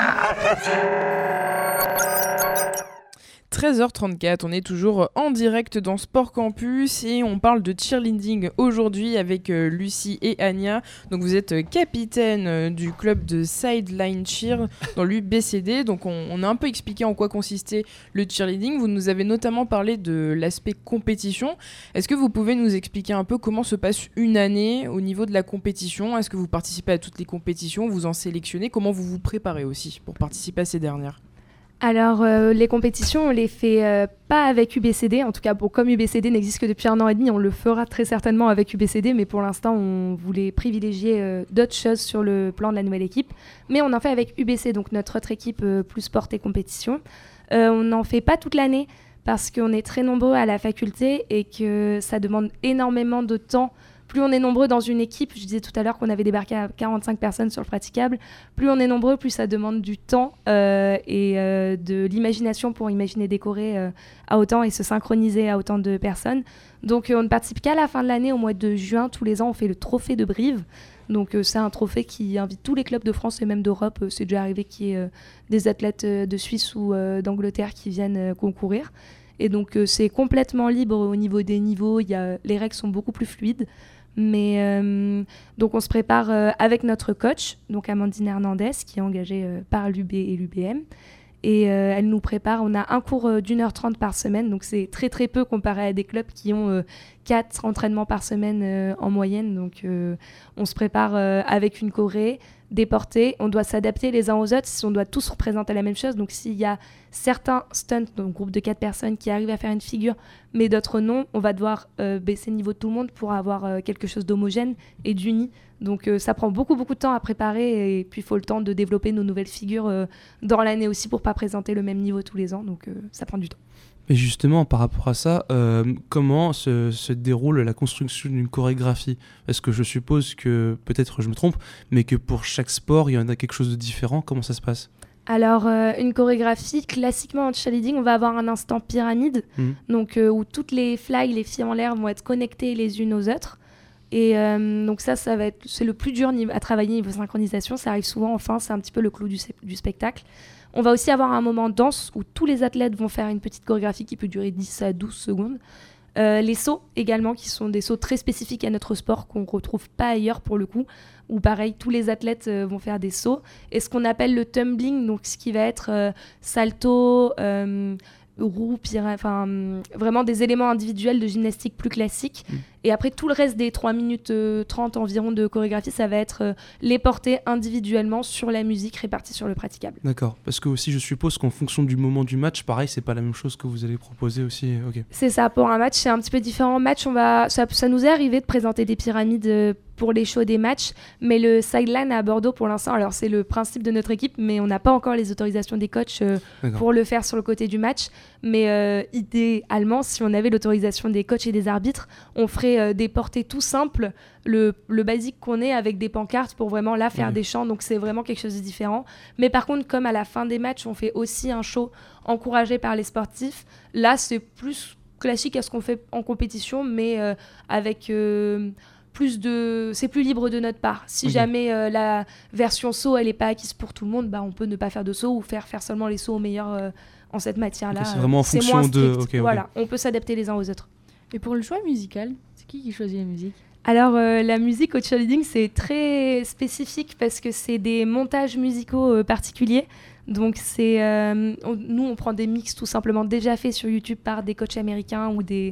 treize heures trente-quatre, on est toujours en direct dans Sport Campus et on parle de cheerleading aujourd'hui avec euh, Lucie et Anya. Donc vous êtes euh, capitaine euh, du club de Sideline Cheer dans l'U B C D. Donc on, on a un peu expliqué en quoi consistait le cheerleading. Vous nous avez notamment parlé de l'aspect compétition. Est-ce que vous pouvez nous expliquer un peu comment se passe une année au niveau de la compétition ? Est-ce que vous participez à toutes les compétitions ? Vous en sélectionnez ? Comment vous vous préparez aussi pour participer à ces dernières ? Alors, euh, les compétitions, on les fait euh, pas avec U B C D. En tout cas, bon, comme U B C D n'existe que depuis un an et demi, on le fera très certainement avec U B C D. Mais pour l'instant, on voulait privilégier euh, d'autres choses sur le plan de la nouvelle équipe. Mais on en fait avec U B C, donc notre autre équipe euh, plus sport et compétition. Euh, on n'en fait pas toute l'année parce qu'on est très nombreux à la faculté et que ça demande énormément de temps. Plus on est nombreux dans une équipe, je disais tout à l'heure qu'on avait débarqué à quarante-cinq personnes sur le praticable, plus on est nombreux, plus ça demande du temps euh, et euh, de l'imagination pour imaginer décorer euh, à autant et se synchroniser à autant de personnes. Donc euh, on ne participe qu'à la fin de l'année, au mois de juin, tous les ans, on fait le trophée de Brive. Donc euh, c'est un trophée qui invite tous les clubs de France et même d'Europe. Euh, c'est déjà arrivé qu'il y ait euh, des athlètes euh, de Suisse ou euh, d'Angleterre qui viennent euh, concourir. Et donc euh, c'est complètement libre au niveau des niveaux, il y a, les règles sont beaucoup plus fluides. Mais euh, donc on se prépare euh, avec notre coach, donc Amandine Hernandez, qui est engagée euh, par l'U B et l'U B M. Et euh, elle nous prépare, on a un cours euh, d'une heure trente par semaine, donc c'est très très peu comparé à des clubs qui ont euh, quatre entraînements par semaine euh, en moyenne. Donc euh, on se prépare euh, avec une choré, des portées, on doit s'adapter les uns aux autres, si on doit tous représenter la même chose. Donc s'il y a certains stunts, donc groupe de quatre personnes qui arrivent à faire une figure, mais d'autres non, on va devoir euh, baisser le niveau de tout le monde pour avoir euh, quelque chose d'homogène et d'uni. Donc euh, ça prend beaucoup beaucoup de temps à préparer et puis il faut le temps de développer nos nouvelles figures euh, dans l'année aussi pour pas présenter le même niveau tous les ans, donc euh, ça prend du temps. Et justement, par rapport à ça, euh, comment se, se déroule la construction d'une chorégraphie ? Est-ce que je suppose que, peut-être je me trompe, mais que pour chaque sport, il y en a quelque chose de différent ? Comment ça se passe ? Alors, euh, une chorégraphie, classiquement en cheerleading, on va avoir un instant pyramide, mmh. donc, euh, où toutes les fly, les filles en l'air vont être connectées les unes aux autres. Et euh, donc ça, ça va être, c'est le plus dur à travailler niveau synchronisation. Ça arrive souvent, enfin, c'est un petit peu le clou du, du spectacle. On va aussi avoir un moment danse où tous les athlètes vont faire une petite chorégraphie qui peut durer dix à douze secondes. Euh, les sauts également, qui sont des sauts très spécifiques à notre sport, qu'on ne retrouve pas ailleurs pour le coup, où pareil, tous les athlètes euh, vont faire des sauts. Et ce qu'on appelle le tumbling, donc ce qui va être euh, salto, euh, roue, pira- enfin vraiment des éléments individuels de gymnastique plus classiques. Mmh. Et après, tout le reste des trois minutes trente environ de chorégraphie, ça va être euh, les porter individuellement sur la musique répartie sur le praticable. D'accord, parce que aussi je suppose qu'en fonction du moment du match, pareil, c'est pas la même chose que vous allez proposer aussi. Okay. C'est ça, pour un match, c'est un petit peu différent. En match, on va, ça, ça nous est arrivé de présenter des pyramides euh, pour les shows des matchs, mais le sideline à Bordeaux pour l'instant, alors c'est le principe de notre équipe, mais on n'a pas encore les autorisations des coachs euh, pour le faire sur le côté du match. Mais euh, idéalement, si on avait l'autorisation des coachs et des arbitres, on ferait euh, des portées tout simples, le, le basique qu'on est avec des pancartes pour vraiment là faire ouais. des chants, donc c'est vraiment quelque chose de différent. Mais par contre, comme à la fin des matchs, on fait aussi un show encouragé par les sportifs, là c'est plus classique à ce qu'on fait en compétition, mais euh, avec... Euh, plus de, c'est plus libre de notre part. Si okay. jamais euh, la version saut elle est pas acquise pour tout le monde, bah on peut ne pas faire de saut ou faire faire seulement les sauts au meilleur euh, en cette matière-là. Okay, c'est vraiment en c'est fonction de. Okay, voilà, okay. on peut s'adapter les uns aux autres. Et pour le choix musical, c'est qui qui choisit la musique ? Alors euh, la musique au cheerleading c'est très spécifique parce que c'est des montages musicaux euh, particuliers. Donc c'est, euh, on, nous on prend des mix tout simplement déjà faits sur YouTube par des coachs américains ou des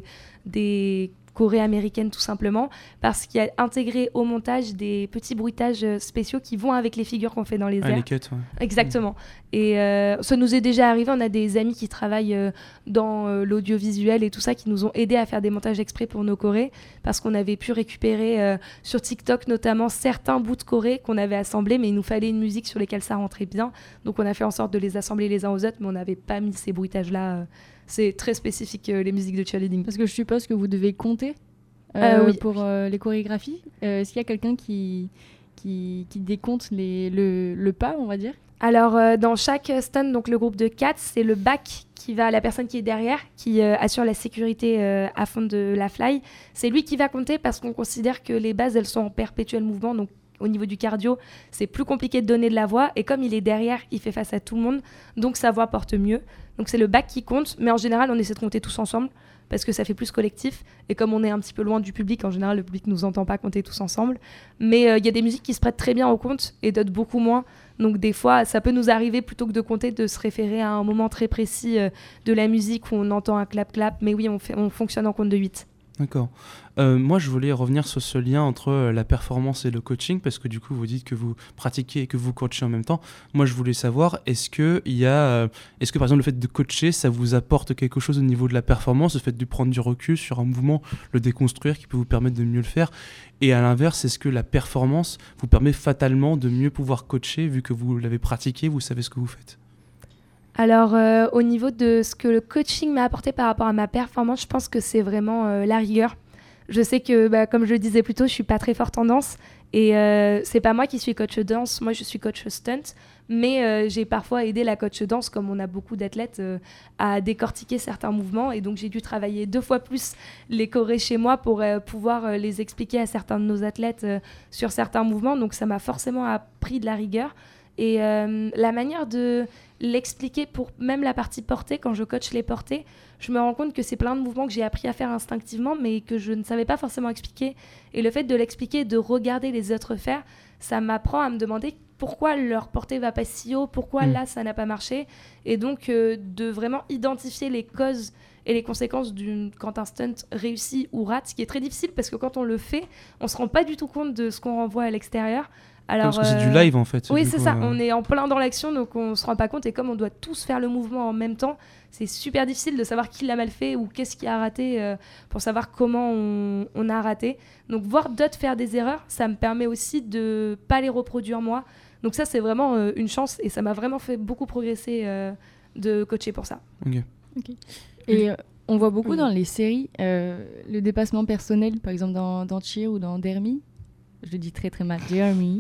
des choré américaine tout simplement, parce qu'il y a intégré au montage des petits bruitages spéciaux qui vont avec les figures qu'on fait dans les ah, airs. Les cuts, ouais. Exactement. Et euh, ça nous est déjà arrivé, on a des amis qui travaillent euh, dans euh, l'audiovisuel et tout ça, qui nous ont aidés à faire des montages exprès pour nos chorés, parce qu'on avait pu récupérer euh, sur TikTok notamment certains bouts de choré qu'on avait assemblés, mais il nous fallait une musique sur lesquelles ça rentrait bien, donc on a fait en sorte de les assembler les uns aux autres, mais on n'avait pas mis ces bruitages-là. Euh, C'est très spécifique, euh, les musiques de cheerleading. Parce que je suppose que vous devez compter euh, euh, oui. pour euh, les chorégraphies. Euh, est-ce qu'il y a quelqu'un qui, qui, qui décompte les, le, le pas, on va dire ? Alors, euh, dans chaque stunt, donc le groupe de quatre, c'est le back qui va, la personne qui est derrière, qui euh, assure la sécurité euh, à fond de la fly. C'est lui qui va compter parce qu'on considère que les bases, elles sont en perpétuel mouvement. Donc, au niveau du cardio, c'est plus compliqué de donner de la voix. Et comme il est derrière, il fait face à tout le monde. Donc, sa voix porte mieux. Donc, c'est le back qui compte. Mais en général, on essaie de compter tous ensemble parce que ça fait plus collectif. Et comme on est un petit peu loin du public, en général, le public ne nous entend pas compter tous ensemble. Mais il euh, y a des musiques qui se prêtent très bien au compte et d'autres beaucoup moins. Donc des fois, ça peut nous arriver, plutôt que de compter, de se référer à un moment très précis euh, de la musique où on entend un clap-clap. Mais oui, on, fait, on fonctionne en compte de huit. D'accord. Euh, moi, je voulais revenir sur ce lien entre euh, la performance et le coaching, parce que du coup, vous dites que vous pratiquez et que vous coachez en même temps. Moi, je voulais savoir, est-ce que, il y a, euh, est-ce que par exemple, le fait de coacher, ça vous apporte quelque chose au niveau de la performance, le fait de prendre du recul sur un mouvement, le déconstruire, qui peut vous permettre de mieux le faire? Et à l'inverse, est-ce que la performance vous permet fatalement de mieux pouvoir coacher, vu que vous l'avez pratiqué, vous savez ce que vous faites? Alors, euh, au niveau de ce que le coaching m'a apporté par rapport à ma performance, je pense que c'est vraiment euh, la rigueur. Je sais que, bah, comme je le disais plus tôt, je suis pas très forte en danse. Et euh, c'est pas moi qui suis coach danse, moi je suis coach stunt. Mais euh, j'ai parfois aidé la coach danse, comme on a beaucoup d'athlètes, euh, à décortiquer certains mouvements. Et donc j'ai dû travailler deux fois plus les chorés chez moi pour euh, pouvoir euh, les expliquer à certains de nos athlètes euh, sur certains mouvements. Donc ça m'a forcément appris de la rigueur. Et euh, la manière de l'expliquer pour même la partie portée, quand je coach les portées, je me rends compte que c'est plein de mouvements que j'ai appris à faire instinctivement, mais que je ne savais pas forcément expliquer. Et le fait de l'expliquer, de regarder les autres faire, ça m'apprend à me demander pourquoi leur portée va pas si haut, pourquoi mmh. là ça n'a pas marché. Et donc euh, de vraiment identifier les causes et les conséquences d'une, quand un stunt réussit ou rate, ce qui est très difficile parce que quand on le fait, on ne se rend pas du tout compte de ce qu'on renvoie à l'extérieur. Alors, parce que c'est euh... du live en fait. Oui, c'est coup, ça. Euh... On est en plein dans l'action, donc on se rend pas compte. Et comme on doit tous faire le mouvement en même temps, c'est super difficile de savoir qui l'a mal fait ou qu'est-ce qui a raté euh, pour savoir comment on, on a raté. Donc voir d'autres faire des erreurs, ça me permet aussi de pas les reproduire moi. Donc ça, c'est vraiment euh, une chance et ça m'a vraiment fait beaucoup progresser euh, de coacher pour ça. Ok. okay. Et euh, on voit beaucoup oui. dans les séries euh, le dépassement personnel, par exemple dans, dans Cheer ou dans Dermy. Je le dis très très mal, Jeremy.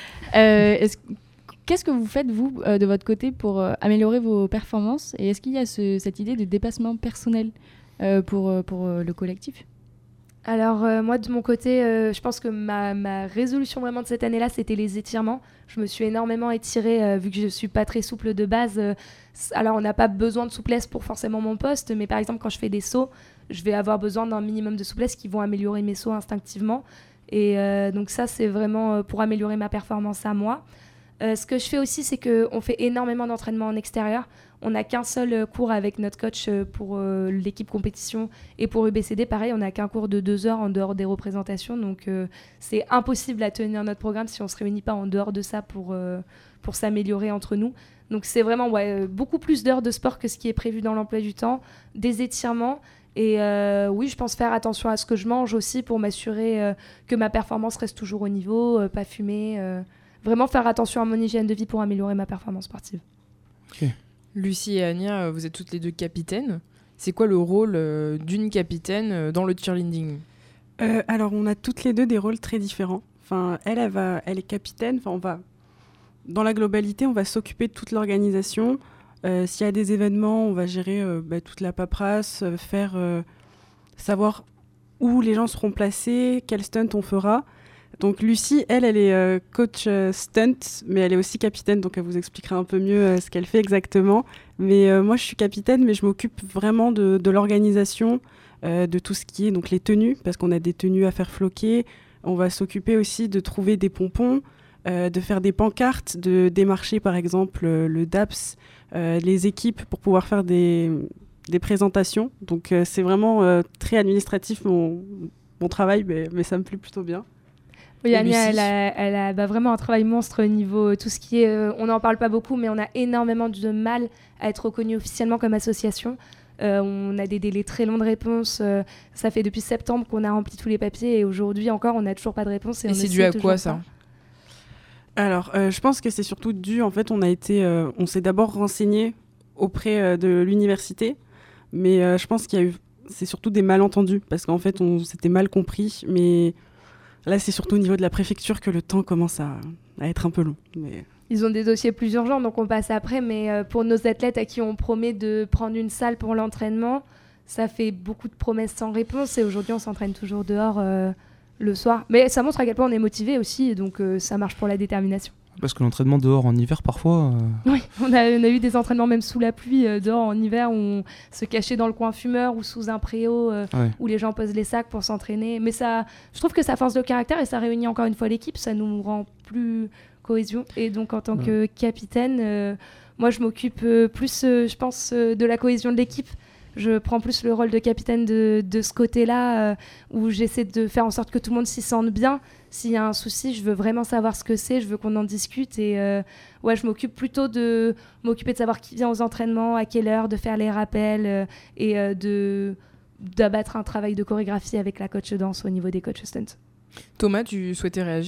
euh, est-ce, qu'est-ce que vous faites, vous, euh, de votre côté, pour euh, améliorer vos performances? Et est-ce qu'il y a ce, cette idée de dépassement personnel euh, pour, euh, pour euh, le collectif? Alors, euh, moi, de mon côté, euh, je pense que ma, ma résolution vraiment de cette année-là, c'était les étirements. Je me suis énormément étirée, euh, vu que je ne suis pas très souple de base. Euh, alors, on n'a pas besoin de souplesse pour forcément mon poste, mais par exemple, quand je fais des sauts, je vais avoir besoin d'un minimum de souplesse qui vont améliorer mes sauts instinctivement. Et euh, donc ça, c'est vraiment euh, pour améliorer ma performance à moi. Euh, ce que je fais aussi, c'est qu'on fait énormément d'entraînement en extérieur. On n'a qu'un seul euh, cours avec notre coach euh, pour euh, l'équipe compétition et pour U B C D. Pareil, on n'a qu'un cours de deux heures en dehors des représentations. Donc euh, c'est impossible à tenir notre programme si on ne se réunit pas en dehors de ça pour, euh, pour s'améliorer entre nous. Donc c'est vraiment ouais, beaucoup plus d'heures de sport que ce qui est prévu dans l'emploi du temps, des étirements. Et euh, oui, je pense faire attention à ce que je mange aussi pour m'assurer euh, que ma performance reste toujours au niveau, euh, pas fumer. Euh, vraiment faire attention à mon hygiène de vie pour améliorer ma performance sportive. Okay. Lucie et Ania, vous êtes toutes les deux capitaines. C'est quoi le rôle euh, d'une capitaine euh, dans le cheerleading? euh, Alors, on a toutes les deux des rôles très différents. Enfin, elle, elle, va, elle est capitaine. Enfin, on va, dans la globalité, on va s'occuper de toute l'organisation. Euh, s'il y a des événements, on va gérer euh, bah, toute la paperasse, euh, faire euh, savoir où les gens seront placés, quel stunt on fera. Donc Lucie, elle, elle est euh, coach euh, stunt, mais elle est aussi capitaine, donc elle vous expliquera un peu mieux euh, ce qu'elle fait exactement. Mais euh, moi, je suis capitaine, mais je m'occupe vraiment de, de l'organisation, euh, de tout ce qui est donc les tenues, parce qu'on a des tenues à faire floquer. On va s'occuper aussi de trouver des pompons, euh, de faire des pancartes, de démarcher par exemple euh, le D A P S, Euh, les équipes pour pouvoir faire des, des présentations. Donc euh, c'est vraiment euh, très administratif mon, mon travail, mais, mais ça me plaît plutôt bien. Oui, Ania, elle a, elle a bah, vraiment un travail monstre au niveau tout ce qui est... Euh, on n'en parle pas beaucoup, mais on a énormément de mal à être reconnu officiellement comme association. Euh, on a des délais très longs de réponse. Euh, ça fait depuis septembre qu'on a rempli tous les papiers et aujourd'hui encore, on n'a toujours pas de réponse. Et, et on c'est dû à quoi, ça ? Alors, euh, je pense que c'est surtout dû, en fait, on a été, euh, on s'est d'abord renseigné auprès euh, de l'université, mais euh, je pense qu'il y a eu, c'est surtout des malentendus, parce qu'en fait, on s'était mal compris, mais là, c'est surtout au niveau de la préfecture que le temps commence à, à être un peu long. Mais... ils ont des dossiers plus urgents, donc on passe après. Mais euh, pour nos athlètes à qui on promet de prendre une salle pour l'entraînement, ça fait beaucoup de promesses sans réponse. Et aujourd'hui, on s'entraîne toujours dehors euh, le soir. Mais ça montre à quel point on est motivé aussi, et donc euh, ça marche pour la détermination. Parce que l'entraînement dehors en hiver, parfois... Euh... Oui, on a, on a eu des entraînements même sous la pluie, euh, dehors en hiver, où on se cachait dans le coin fumeur ou sous un préau, euh, ouais. où les gens posent les sacs pour s'entraîner. Mais ça, je trouve que ça force le caractère et ça réunit encore une fois l'équipe, ça nous rend plus cohésion. Et donc en tant ouais. que capitaine, euh, moi je m'occupe euh, plus, euh, je pense, euh, de la cohésion de l'équipe. Je prends plus le rôle de capitaine de, de ce côté-là, euh, où j'essaie de faire en sorte que tout le monde s'y sente bien. S'il y a un souci, je veux vraiment savoir ce que c'est, je veux qu'on en discute. Et euh, ouais, je m'occupe plutôt de m'occuper de savoir qui vient aux entraînements, à quelle heure, de faire les rappels euh, et euh, de, d'abattre un travail de chorégraphie avec la coach danse au niveau des coachs stunt. Thomas, tu souhaitais réagir ?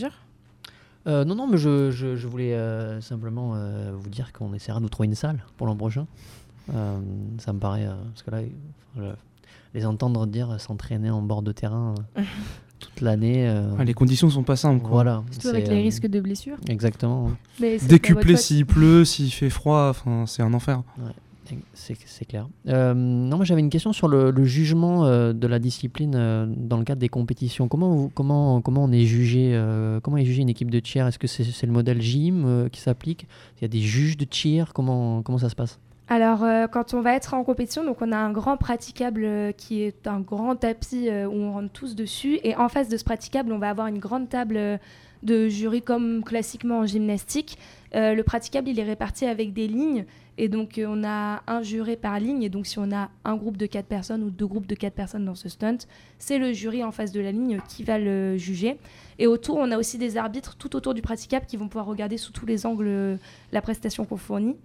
euh, Non, non, mais je, je, je voulais euh, simplement euh, vous dire qu'on essaiera de nous trouver une salle pour l'an prochain. Euh, ça me paraît, euh, parce que là, euh, les entendre dire s'entraîner en bord de terrain euh, toute l'année. Euh, ah, les conditions sont pas simples. Quoi. Voilà. Surtout avec les euh, risques de blessures. Exactement. Mais décuplé s'il pleut, s'il fait froid, enfin, c'est un enfer. Ouais, c'est, c'est clair. Euh, non, moi j'avais une question sur le, le jugement euh, de la discipline euh, dans le cadre des compétitions. Comment, vous, comment, comment on est jugé euh, Comment est jugée une équipe de cheer ? Est-ce que c'est, c'est le modèle gym euh, qui s'applique ? Il y a des juges de cheer ? Comment, comment ça se passe ? Alors, euh, quand on va être en compétition, donc on a un grand praticable euh, qui est un grand tapis euh, où on rentre tous dessus. Et en face de ce praticable, on va avoir une grande table euh, de jury comme classiquement en gymnastique. Euh, le praticable, il est réparti avec des lignes. Et donc, euh, on a un juré par ligne. Et donc, si on a un groupe de quatre personnes ou deux groupes de quatre personnes dans ce stunt, c'est le jury en face de la ligne qui va le juger. Et autour, on a aussi des arbitres tout autour du praticable qui vont pouvoir regarder sous tous les angles euh, la prestation qu'on fournit.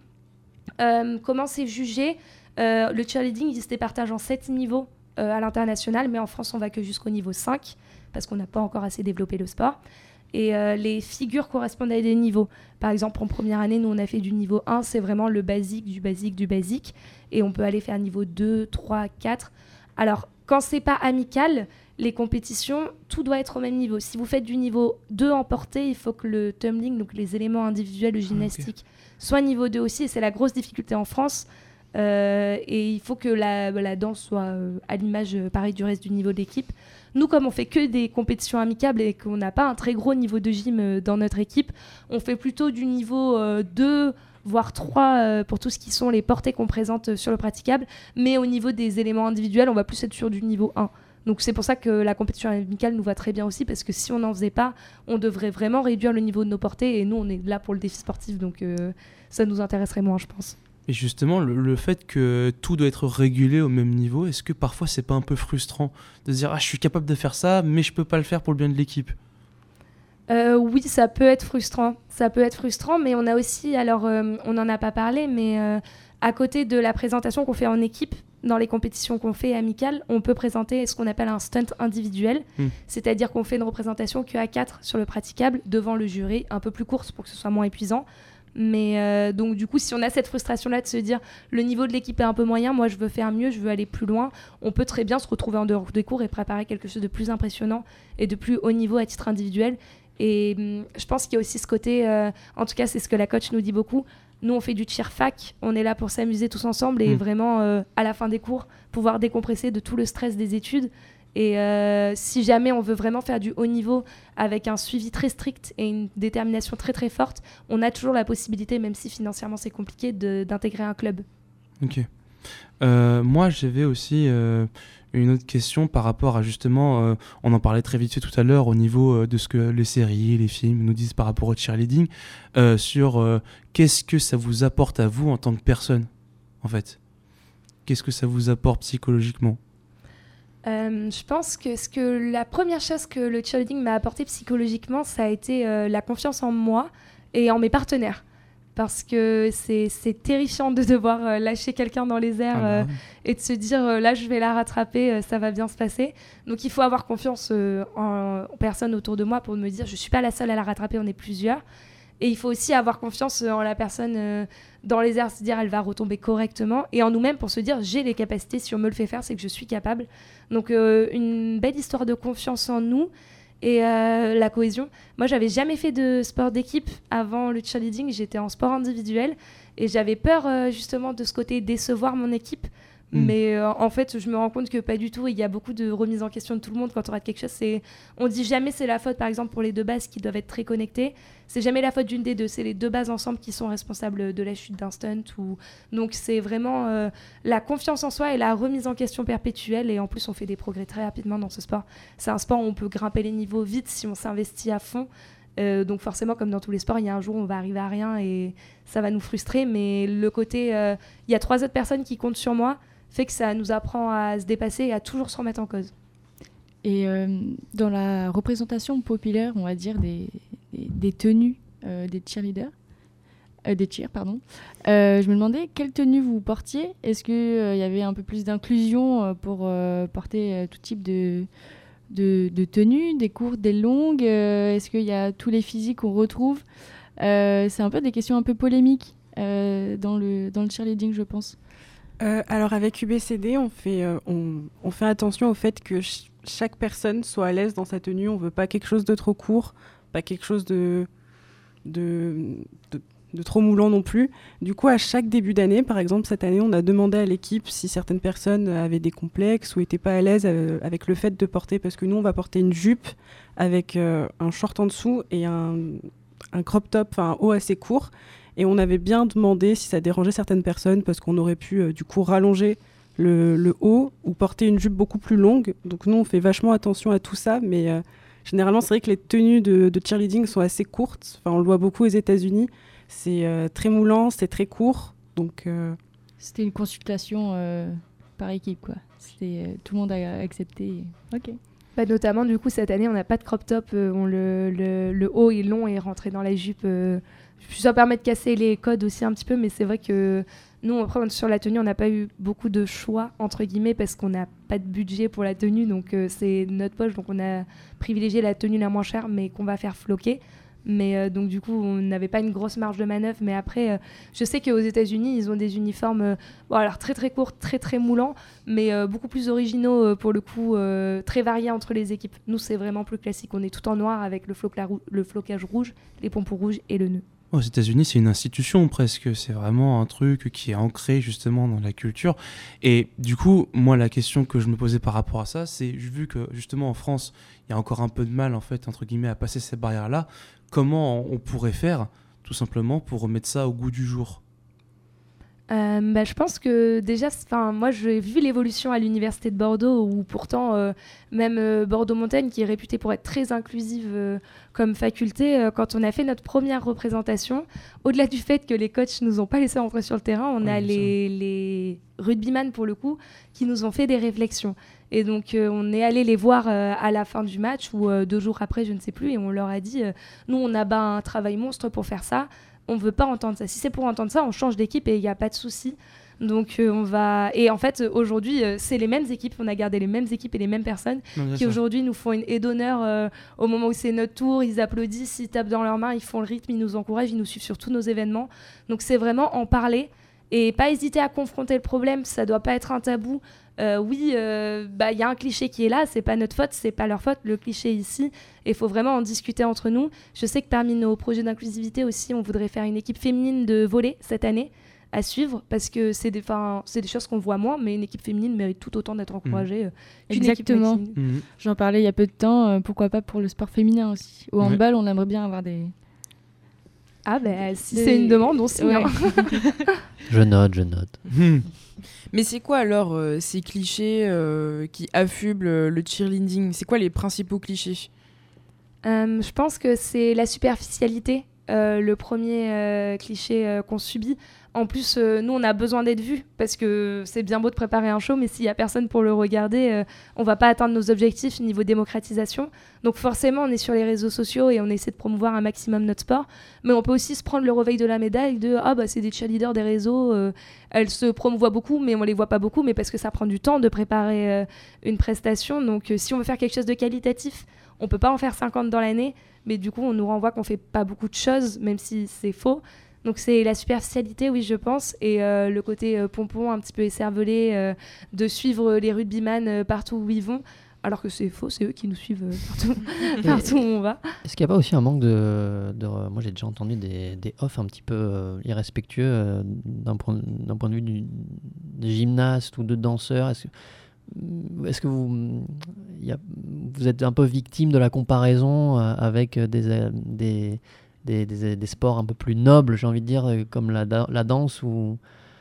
Euh, comment c'est jugé ? euh, Le cheerleading, il se départage en sept niveaux euh, à l'international, mais en France, on va que jusqu'au niveau cinq, parce qu'on n'a pas encore assez développé le sport. Et euh, les figures correspondent à des niveaux. Par exemple, en première année, nous, on a fait du niveau un, c'est vraiment le basique, du basique, du basique. Et on peut aller faire niveau deux, trois, quatre. Alors, quand c'est pas amical, les compétitions, tout doit être au même niveau. Si vous faites du niveau deux en portée, il faut que le tumbling, donc les éléments individuels de gymnastique, okay. soit niveau deux aussi. Et c'est la grosse difficulté en France. Euh, et il faut que la, la danse soit euh, à l'image, euh, pareil, du reste du niveau d'équipe. Nous, comme on fait que des compétitions amicables et qu'on n'a pas un très gros niveau de gym euh, dans notre équipe, on fait plutôt du niveau euh, deux, voire trois euh, pour tout ce qui sont les portées qu'on présente euh, sur le praticable. Mais au niveau des éléments individuels, on va plus être sur du niveau un. Donc c'est pour ça que la compétition amicale nous va très bien aussi, parce que si on n'en faisait pas, on devrait vraiment réduire le niveau de nos portées, et nous on est là pour le défi sportif, donc euh, ça nous intéresserait moins, je pense. Et justement, le, le fait que tout doit être régulé au même niveau, est-ce que parfois c'est pas un peu frustrant de se dire « Ah, je suis capable de faire ça, mais je peux pas le faire pour le bien de l'équipe » ? Euh, oui, ça peut être frustrant. Ça peut être frustrant, mais on a aussi, alors euh, on n'en a pas parlé, mais euh, à côté de la présentation qu'on fait en équipe, dans les compétitions qu'on fait amicales, on peut présenter ce qu'on appelle un stunt individuel, mmh. c'est-à-dire qu'on fait une représentation qu'à quatre sur le praticable devant le jury, un peu plus courte pour que ce soit moins épuisant. Mais euh, donc du coup, si on a cette frustration-là de se dire le niveau de l'équipe est un peu moyen, moi je veux faire mieux, je veux aller plus loin, on peut très bien se retrouver en dehors des cours et préparer quelque chose de plus impressionnant et de plus haut niveau à titre individuel. Et hum, je pense qu'il y a aussi ce côté, euh, en tout cas c'est ce que la coach nous dit beaucoup, nous on fait du cheer fac, on est là pour s'amuser tous ensemble et mmh. vraiment euh, à la fin des cours pouvoir décompresser de tout le stress des études. Et euh, si jamais on veut vraiment faire du haut niveau avec un suivi très strict et une détermination très très forte, on a toujours la possibilité, même si financièrement c'est compliqué, de, d'intégrer un club. Ok. Euh, moi j'avais aussi euh, une autre question par rapport à justement, euh, on en parlait très vite fait tout à l'heure au niveau euh, de ce que les séries, les films nous disent par rapport au cheerleading, euh, sur euh, qu'est-ce que ça vous apporte à vous en tant que personne, en fait. Qu'est-ce que ça vous apporte psychologiquement ? Euh, je pense que, ce que la première chose que le cheerleading m'a apporté psychologiquement, ça a été euh, la confiance en moi et en mes partenaires. Parce que c'est, c'est terrifiant de devoir euh, lâcher quelqu'un dans les airs ah bah euh, oui. et de se dire euh, là je vais la rattraper, euh, ça va bien se passer. Donc il faut avoir confiance euh, en, en personnes autour de moi pour me dire je ne suis pas la seule à la rattraper, on est plusieurs. Et il faut aussi avoir confiance en la personne euh, dans les airs, se dire elle va retomber correctement, et en nous-mêmes pour se dire j'ai les capacités, si on me le fait faire, c'est que je suis capable. Donc euh, une belle histoire de confiance en nous et euh, la cohésion. Moi, j'avais jamais fait de sport d'équipe avant le cheerleading. J'étais en sport individuel et j'avais peur euh, justement de ce côté décevoir mon équipe. Mmh. Mais euh, en fait, je me rends compte que pas du tout. Il y a beaucoup de remise en question de tout le monde quand on rate quelque chose. C'est... On dit jamais c'est la faute, par exemple, pour les deux bases qui doivent être très connectées. C'est jamais la faute d'une des deux. C'est les deux bases ensemble qui sont responsables de la chute d'un stunt. Ou... Donc c'est vraiment euh, la confiance en soi et la remise en question perpétuelle. Et en plus, on fait des progrès très rapidement dans ce sport. C'est un sport où on peut grimper les niveaux vite si on s'investit à fond. Euh, donc forcément, comme dans tous les sports, il y a un jour où on va arriver à rien et ça va nous frustrer. Mais le côté, il euh, y a trois autres personnes qui comptent sur moi, fait que ça nous apprend à se dépasser et à toujours se remettre en cause. Et euh, dans la représentation populaire, on va dire, des, des, des tenues euh, des cheerleaders, euh, des cheers, pardon, euh, je me demandais quelle tenue vous portiez. Est-ce qu'il euh, y avait un peu plus d'inclusion euh, pour euh, porter euh, tout type de, de, de tenues, des courtes, des longues euh, Est-ce qu'il y a tous les physiques qu'on retrouve euh, C'est un peu des questions un peu polémiques euh, dans, le, dans le cheerleading, je pense. Euh, alors avec U B C D, on fait, euh, on, on fait attention au fait que ch- chaque personne soit à l'aise dans sa tenue. On ne veut pas quelque chose de trop court, pas quelque chose de, de, de, de trop moulant non plus. Du coup, à chaque début d'année, par exemple, cette année, on a demandé à l'équipe si certaines personnes avaient des complexes ou n'étaient pas à l'aise euh, avec le fait de porter, parce que nous, on va porter une jupe avec euh, un short en dessous et un, un crop top, enfin un haut assez court. Et on avait bien demandé si ça dérangeait certaines personnes parce qu'on aurait pu euh, du coup rallonger le, le haut ou porter une jupe beaucoup plus longue. Donc nous, on fait vachement attention à tout ça. Mais euh, généralement, c'est vrai que les tenues de, de cheerleading sont assez courtes. Enfin, on le voit beaucoup aux États-Unis. C'est euh, très moulant, c'est très court. Donc, euh... C'était une consultation euh, par équipe, quoi. C'était, euh, tout le monde a accepté. Ok. Bah, notamment, du coup, cette année, on n'a pas de crop top. Euh, on le, le, le haut est long et rentré dans la jupe. Euh, Ça permet de casser les codes aussi un petit peu, mais c'est vrai que nous, après, sur la tenue, on n'a pas eu beaucoup de choix, entre guillemets, parce qu'on n'a pas de budget pour la tenue, donc euh, c'est notre poche, donc on a privilégié la tenue la moins chère, mais qu'on va faire floquer. Mais euh, donc du coup, on n'avait pas une grosse marge de manœuvre. Mais après, euh, je sais qu'aux États-Unis, ils ont des uniformes, euh, bon, alors très très courts, très très moulants, mais euh, beaucoup plus originaux euh, pour le coup, euh, très variés entre les équipes. Nous, c'est vraiment plus classique. On est tout en noir avec le, flocla- le flocage rouge, les pompons rouges et le nœud. Aux États-Unis, c'est une institution presque. C'est vraiment un truc qui est ancré justement dans la culture. Et du coup, moi, la question que je me posais par rapport à ça, c'est vu que justement en France, il y a encore un peu de mal en fait entre guillemets à passer cette barrière-là. Comment on pourrait faire tout simplement pour remettre ça au goût du jour ? Euh, bah, je pense que déjà, moi j'ai vu l'évolution à l'université de Bordeaux où pourtant euh, même euh, Bordeaux-Montaigne qui est réputée pour être très inclusive euh, comme faculté, euh, quand on a fait notre première représentation, au-delà du fait que les coachs nous ont pas laissé entrer sur le terrain, on oui, a les, les rugbyman pour le coup qui nous ont fait des réflexions. Et donc euh, on est allé les voir euh, à la fin du match ou euh, deux jours après, je ne sais plus, et on leur a dit euh, nous on a bah, un travail monstre pour faire ça. On ne veut pas entendre ça. Si c'est pour entendre ça, on change d'équipe et il n'y a pas de souci. Donc euh, on va... Et en fait, aujourd'hui, euh, c'est les mêmes équipes. On a gardé les mêmes équipes et les mêmes personnes non, qui aujourd'hui nous font une aide d'honneur euh, au moment où c'est notre tour. Ils applaudissent, ils tapent dans leurs mains, ils font le rythme, ils nous encouragent, ils nous suivent sur tous nos événements. Donc c'est vraiment en parler et pas hésiter à confronter le problème. Ça ne doit pas être un tabou. Euh, oui, il euh, bah, y a un cliché qui est là, c'est pas notre faute, c'est pas leur faute, le cliché ici, et il faut vraiment en discuter entre nous. Je sais que parmi nos projets d'inclusivité aussi, on voudrait faire une équipe féminine de volley cette année à suivre, parce que c'est des, c'est des choses qu'on voit moins, mais une équipe féminine mérite tout autant d'être encouragée mmh. qu'une Exactement. équipe masculine. Mmh. J'en parlais il y a peu de temps, euh, pourquoi pas pour le sport féminin aussi. Au handball, ouais. On aimerait bien avoir des... Ah ben, bah, si des... c'est une demande, on signe. Ouais. Je note, je note. Mmh. Mais c'est quoi alors euh, ces clichés euh, qui affublent le cheerleading ? C'est quoi les principaux clichés ? euh, Je pense que c'est la superficialité, euh, le premier euh, cliché euh, qu'on subit. En plus, euh, nous, on a besoin d'être vus parce que c'est bien beau de préparer un show, mais s'il n'y a personne pour le regarder, euh, on ne va pas atteindre nos objectifs niveau démocratisation. Donc forcément, on est sur les réseaux sociaux et on essaie de promouvoir un maximum notre sport. Mais on peut aussi se prendre le réveil de la médaille de « Ah, bah, c'est des cheerleaders des réseaux, euh, elles se promouvoient beaucoup, mais on ne les voit pas beaucoup, mais parce que ça prend du temps de préparer euh, une prestation. Donc euh, si on veut faire quelque chose de qualitatif, on ne peut pas en faire cinquante dans l'année, mais du coup, on nous renvoie qu'on ne fait pas beaucoup de choses, même si c'est faux. Donc c'est la superficialité, oui, je pense, et euh, le côté euh, pompon un petit peu écervelé, euh, de suivre les rugbyman euh, partout où ils vont. alors que c'est faux, c'est eux qui nous suivent euh, partout, partout où on va. Est-ce qu'il n'y a pas aussi un manque de... de moi j'ai déjà entendu des, des offs un petit peu euh, irrespectueux euh, d'un, point, d'un point de vue du, des gymnastes ou de danseurs. Est-ce que, est-ce que vous, y a, vous êtes un peu victime de la comparaison euh, avec des, des, des, des, des sports un peu plus nobles, j'ai envie de dire, comme la, la danse ou,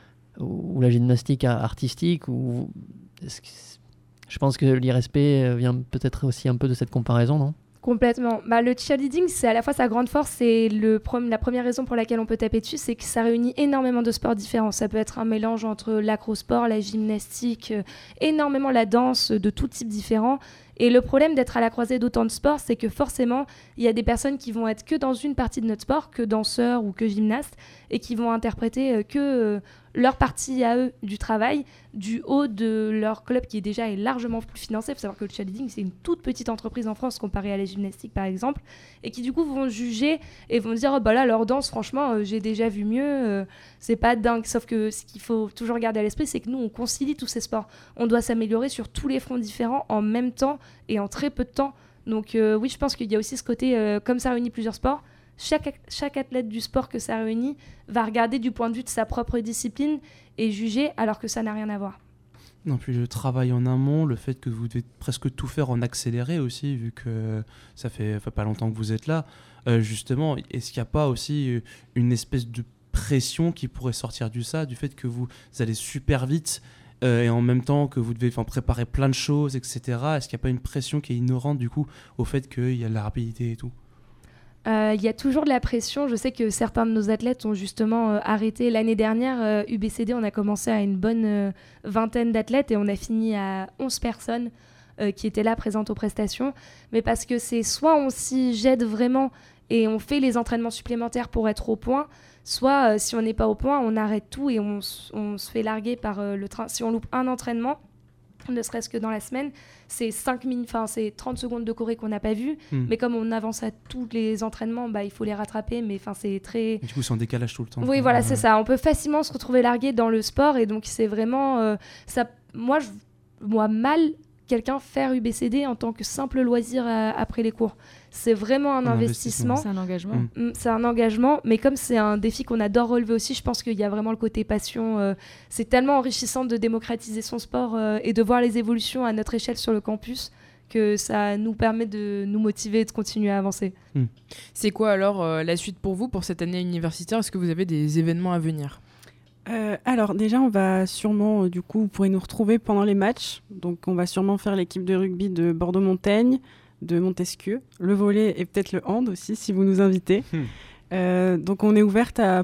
ou la gymnastique artistique ou, est-ce que, je pense que l'irrespect vient peut-être aussi un peu de cette comparaison, non ? Complètement. Bah, le cheerleading, c'est à la fois sa grande force et le prom- la première raison pour laquelle on peut taper dessus, c'est que ça réunit énormément de sports différents. Ça peut être un mélange entre l'acrosport, la gymnastique, euh, énormément la danse, de tout type différents. Et le problème d'être à la croisée d'autant de sports, c'est que forcément, il y a des personnes qui vont être que dans une partie de notre sport, que danseurs ou que gymnastes, et qui vont interpréter euh, que euh, leur partie à eux du travail, du haut de leur club qui est déjà est largement plus financé. Il faut savoir que le cheerleading, c'est une toute petite entreprise en France comparée à la gymnastique, par exemple, et qui du coup vont juger et vont dire oh, bah là, leur danse, franchement, euh, j'ai déjà vu mieux, euh, c'est pas dingue. Sauf que ce qu'il faut toujours garder à l'esprit, c'est que nous, on concilie tous ces sports. On doit s'améliorer sur tous les fronts différents en même temps et en très peu de temps. Donc euh, oui, je pense qu'il y a aussi ce côté, euh, comme ça réunit plusieurs sports, chaque, chaque athlète du sport que ça réunit va regarder du point de vue de sa propre discipline et juger, alors que ça n'a rien à voir. Non, puis le travail en amont, le fait que vous devez presque tout faire en accéléré aussi, vu que ça fait, fait pas longtemps que vous êtes là. Euh, justement, est-ce qu'il n'y a pas aussi une espèce de pression qui pourrait sortir du ça, du fait que vous allez super vite euh, et en même temps que vous devez préparer plein de choses, et cetera. Est-ce qu'il n'y a pas une pression qui est inhérente du coup au fait qu'il y a de la rapidité et tout ? Il euh, y a toujours de la pression. Je sais que certains de nos athlètes ont justement euh, arrêté. L'année dernière, euh, U B C D, on a commencé à une bonne euh, vingtaine d'athlètes et on a fini à onze personnes euh, qui étaient là présentes aux prestations. Mais parce que c'est soit on s'y jette vraiment et on fait les entraînements supplémentaires pour être au point, soit euh, si on n'est pas au point, on arrête tout et on, on se fait larguer par euh, le train. Si on loupe un entraînement, ne serait-ce que dans la semaine, c'est cinq minutes, enfin c'est trente secondes de choré qu'on n'a pas vu, mmh. mais comme on avance à tous les entraînements, bah il faut les rattraper, mais enfin c'est très. Du coup, c'est en décalage tout le temps. Oui, voilà, ouais. C'est ça. On peut facilement se retrouver largué dans le sport et donc c'est vraiment euh, ça. Moi, je vois mal quelqu'un faire U B C D en tant que simple loisir à, après les cours. C'est vraiment un, un investissement. investissement. C'est un engagement. Mmh. C'est un engagement, mais comme c'est un défi qu'on adore relever aussi, je pense qu'il y a vraiment le côté passion. Euh, c'est tellement enrichissant de démocratiser son sport euh, et de voir les évolutions à notre échelle sur le campus que ça nous permet de nous motiver et de continuer à avancer. Mmh. C'est quoi alors euh, la suite pour vous, pour cette année universitaire ? Est-ce que vous avez des événements à venir ? Euh, alors déjà, on va sûrement, euh, du coup, vous pourrez nous retrouver pendant les matchs. Donc, on va sûrement faire l'équipe de rugby de Bordeaux-Montaigne, de Montesquieu, le volley et peut-être le hand aussi, si vous nous invitez. Hmm. Euh, donc, on est ouverte à,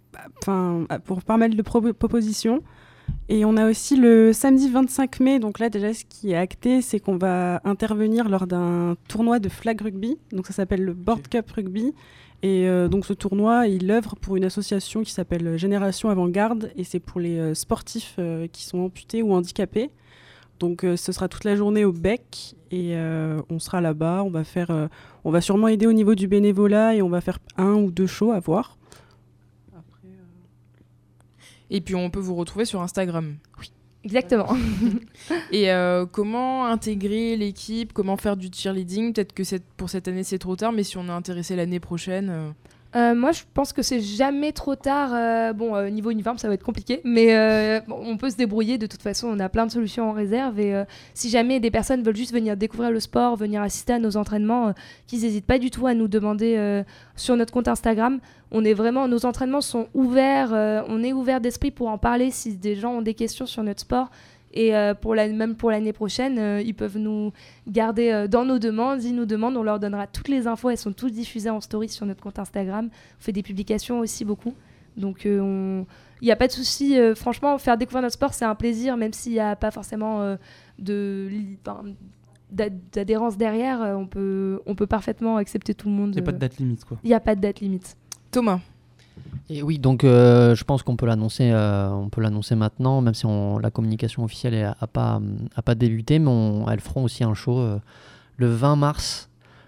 à, à, pour pas mal de pro- propositions. Et on a aussi le samedi vingt-cinq mai. Donc là, déjà, ce qui est acté, c'est qu'on va intervenir lors d'un tournoi de flag rugby. Donc, ça s'appelle le Board Cup Rugby. Et euh, donc ce tournoi, il œuvre pour une association qui s'appelle Génération Avant-Garde et c'est pour les euh, sportifs euh, qui sont amputés ou handicapés. Donc euh, ce sera toute la journée au Bec et euh, on sera là-bas. On va faire, euh, on va sûrement aider au niveau du bénévolat et on va faire un ou deux shows à voir. Après, euh... Et puis on peut vous retrouver sur Instagram. Oui. Exactement. Et euh, comment intégrer l'équipe, comment faire du cheerleading ? Peut-être que cette, pour cette année c'est trop tard, mais si on est intéressé l'année prochaine... Euh... Euh, moi, je pense que c'est jamais trop tard. Euh, bon, euh, niveau uniforme, ça va être compliqué, mais euh, bon, on peut se débrouiller. De toute façon, on a plein de solutions en réserve. Et euh, si jamais des personnes veulent juste venir découvrir le sport, venir assister à nos entraînements, euh, qu'ils n'hésitent pas du tout à nous demander euh, sur notre compte Instagram. On est vraiment, nos entraînements sont ouverts. Euh, on est ouvert d'esprit pour en parler si des gens ont des questions sur notre sport. Et euh, pour la, même pour l'année prochaine, euh, ils peuvent nous garder euh, dans nos demandes. Ils nous demandent, on leur donnera toutes les infos. Elles sont toutes diffusées en story sur notre compte Instagram. On fait des publications aussi beaucoup. Donc, il euh, n'y a pas de souci. Euh, franchement, faire découvrir notre sport, c'est un plaisir, même s'il n'y a pas forcément euh, de, enfin, d'adhérence derrière. Euh, on, peut, on peut parfaitement accepter tout le monde. Il n'y a euh, pas de date limite, quoi. Il n'y a pas de date limite. Thomas ? Et oui, donc euh, je pense qu'on peut l'annoncer, euh, on peut l'annoncer maintenant, même si on, la communication officielle n'a pas, a pas débuté, mais on, elles feront aussi un show euh, le vingt mars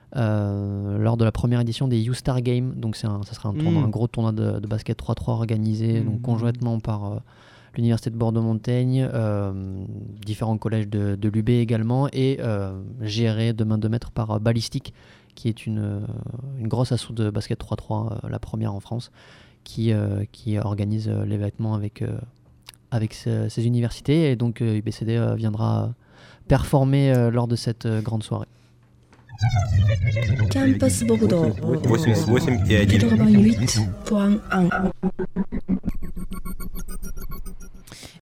euh, lors de la première édition des U-Star Games. Donc c'est un, ça sera un, tournoi, mmh. un gros tournoi de, de basket trois trois organisé mmh. donc conjointement par euh, l'Université de Bordeaux-Montaigne, euh, différents collèges de, de l'U B également, et euh, géré de main de maître par Ballistique, qui est une, une grosse asso de basket trois trois, euh, la première en France, qui, euh, qui organise euh, l'événement avec, euh, avec ces, ces universités. Et donc euh, U B C D euh, viendra performer euh, lors de cette euh, grande soirée. Campus Bordeaux quatre-vingt-huit point un.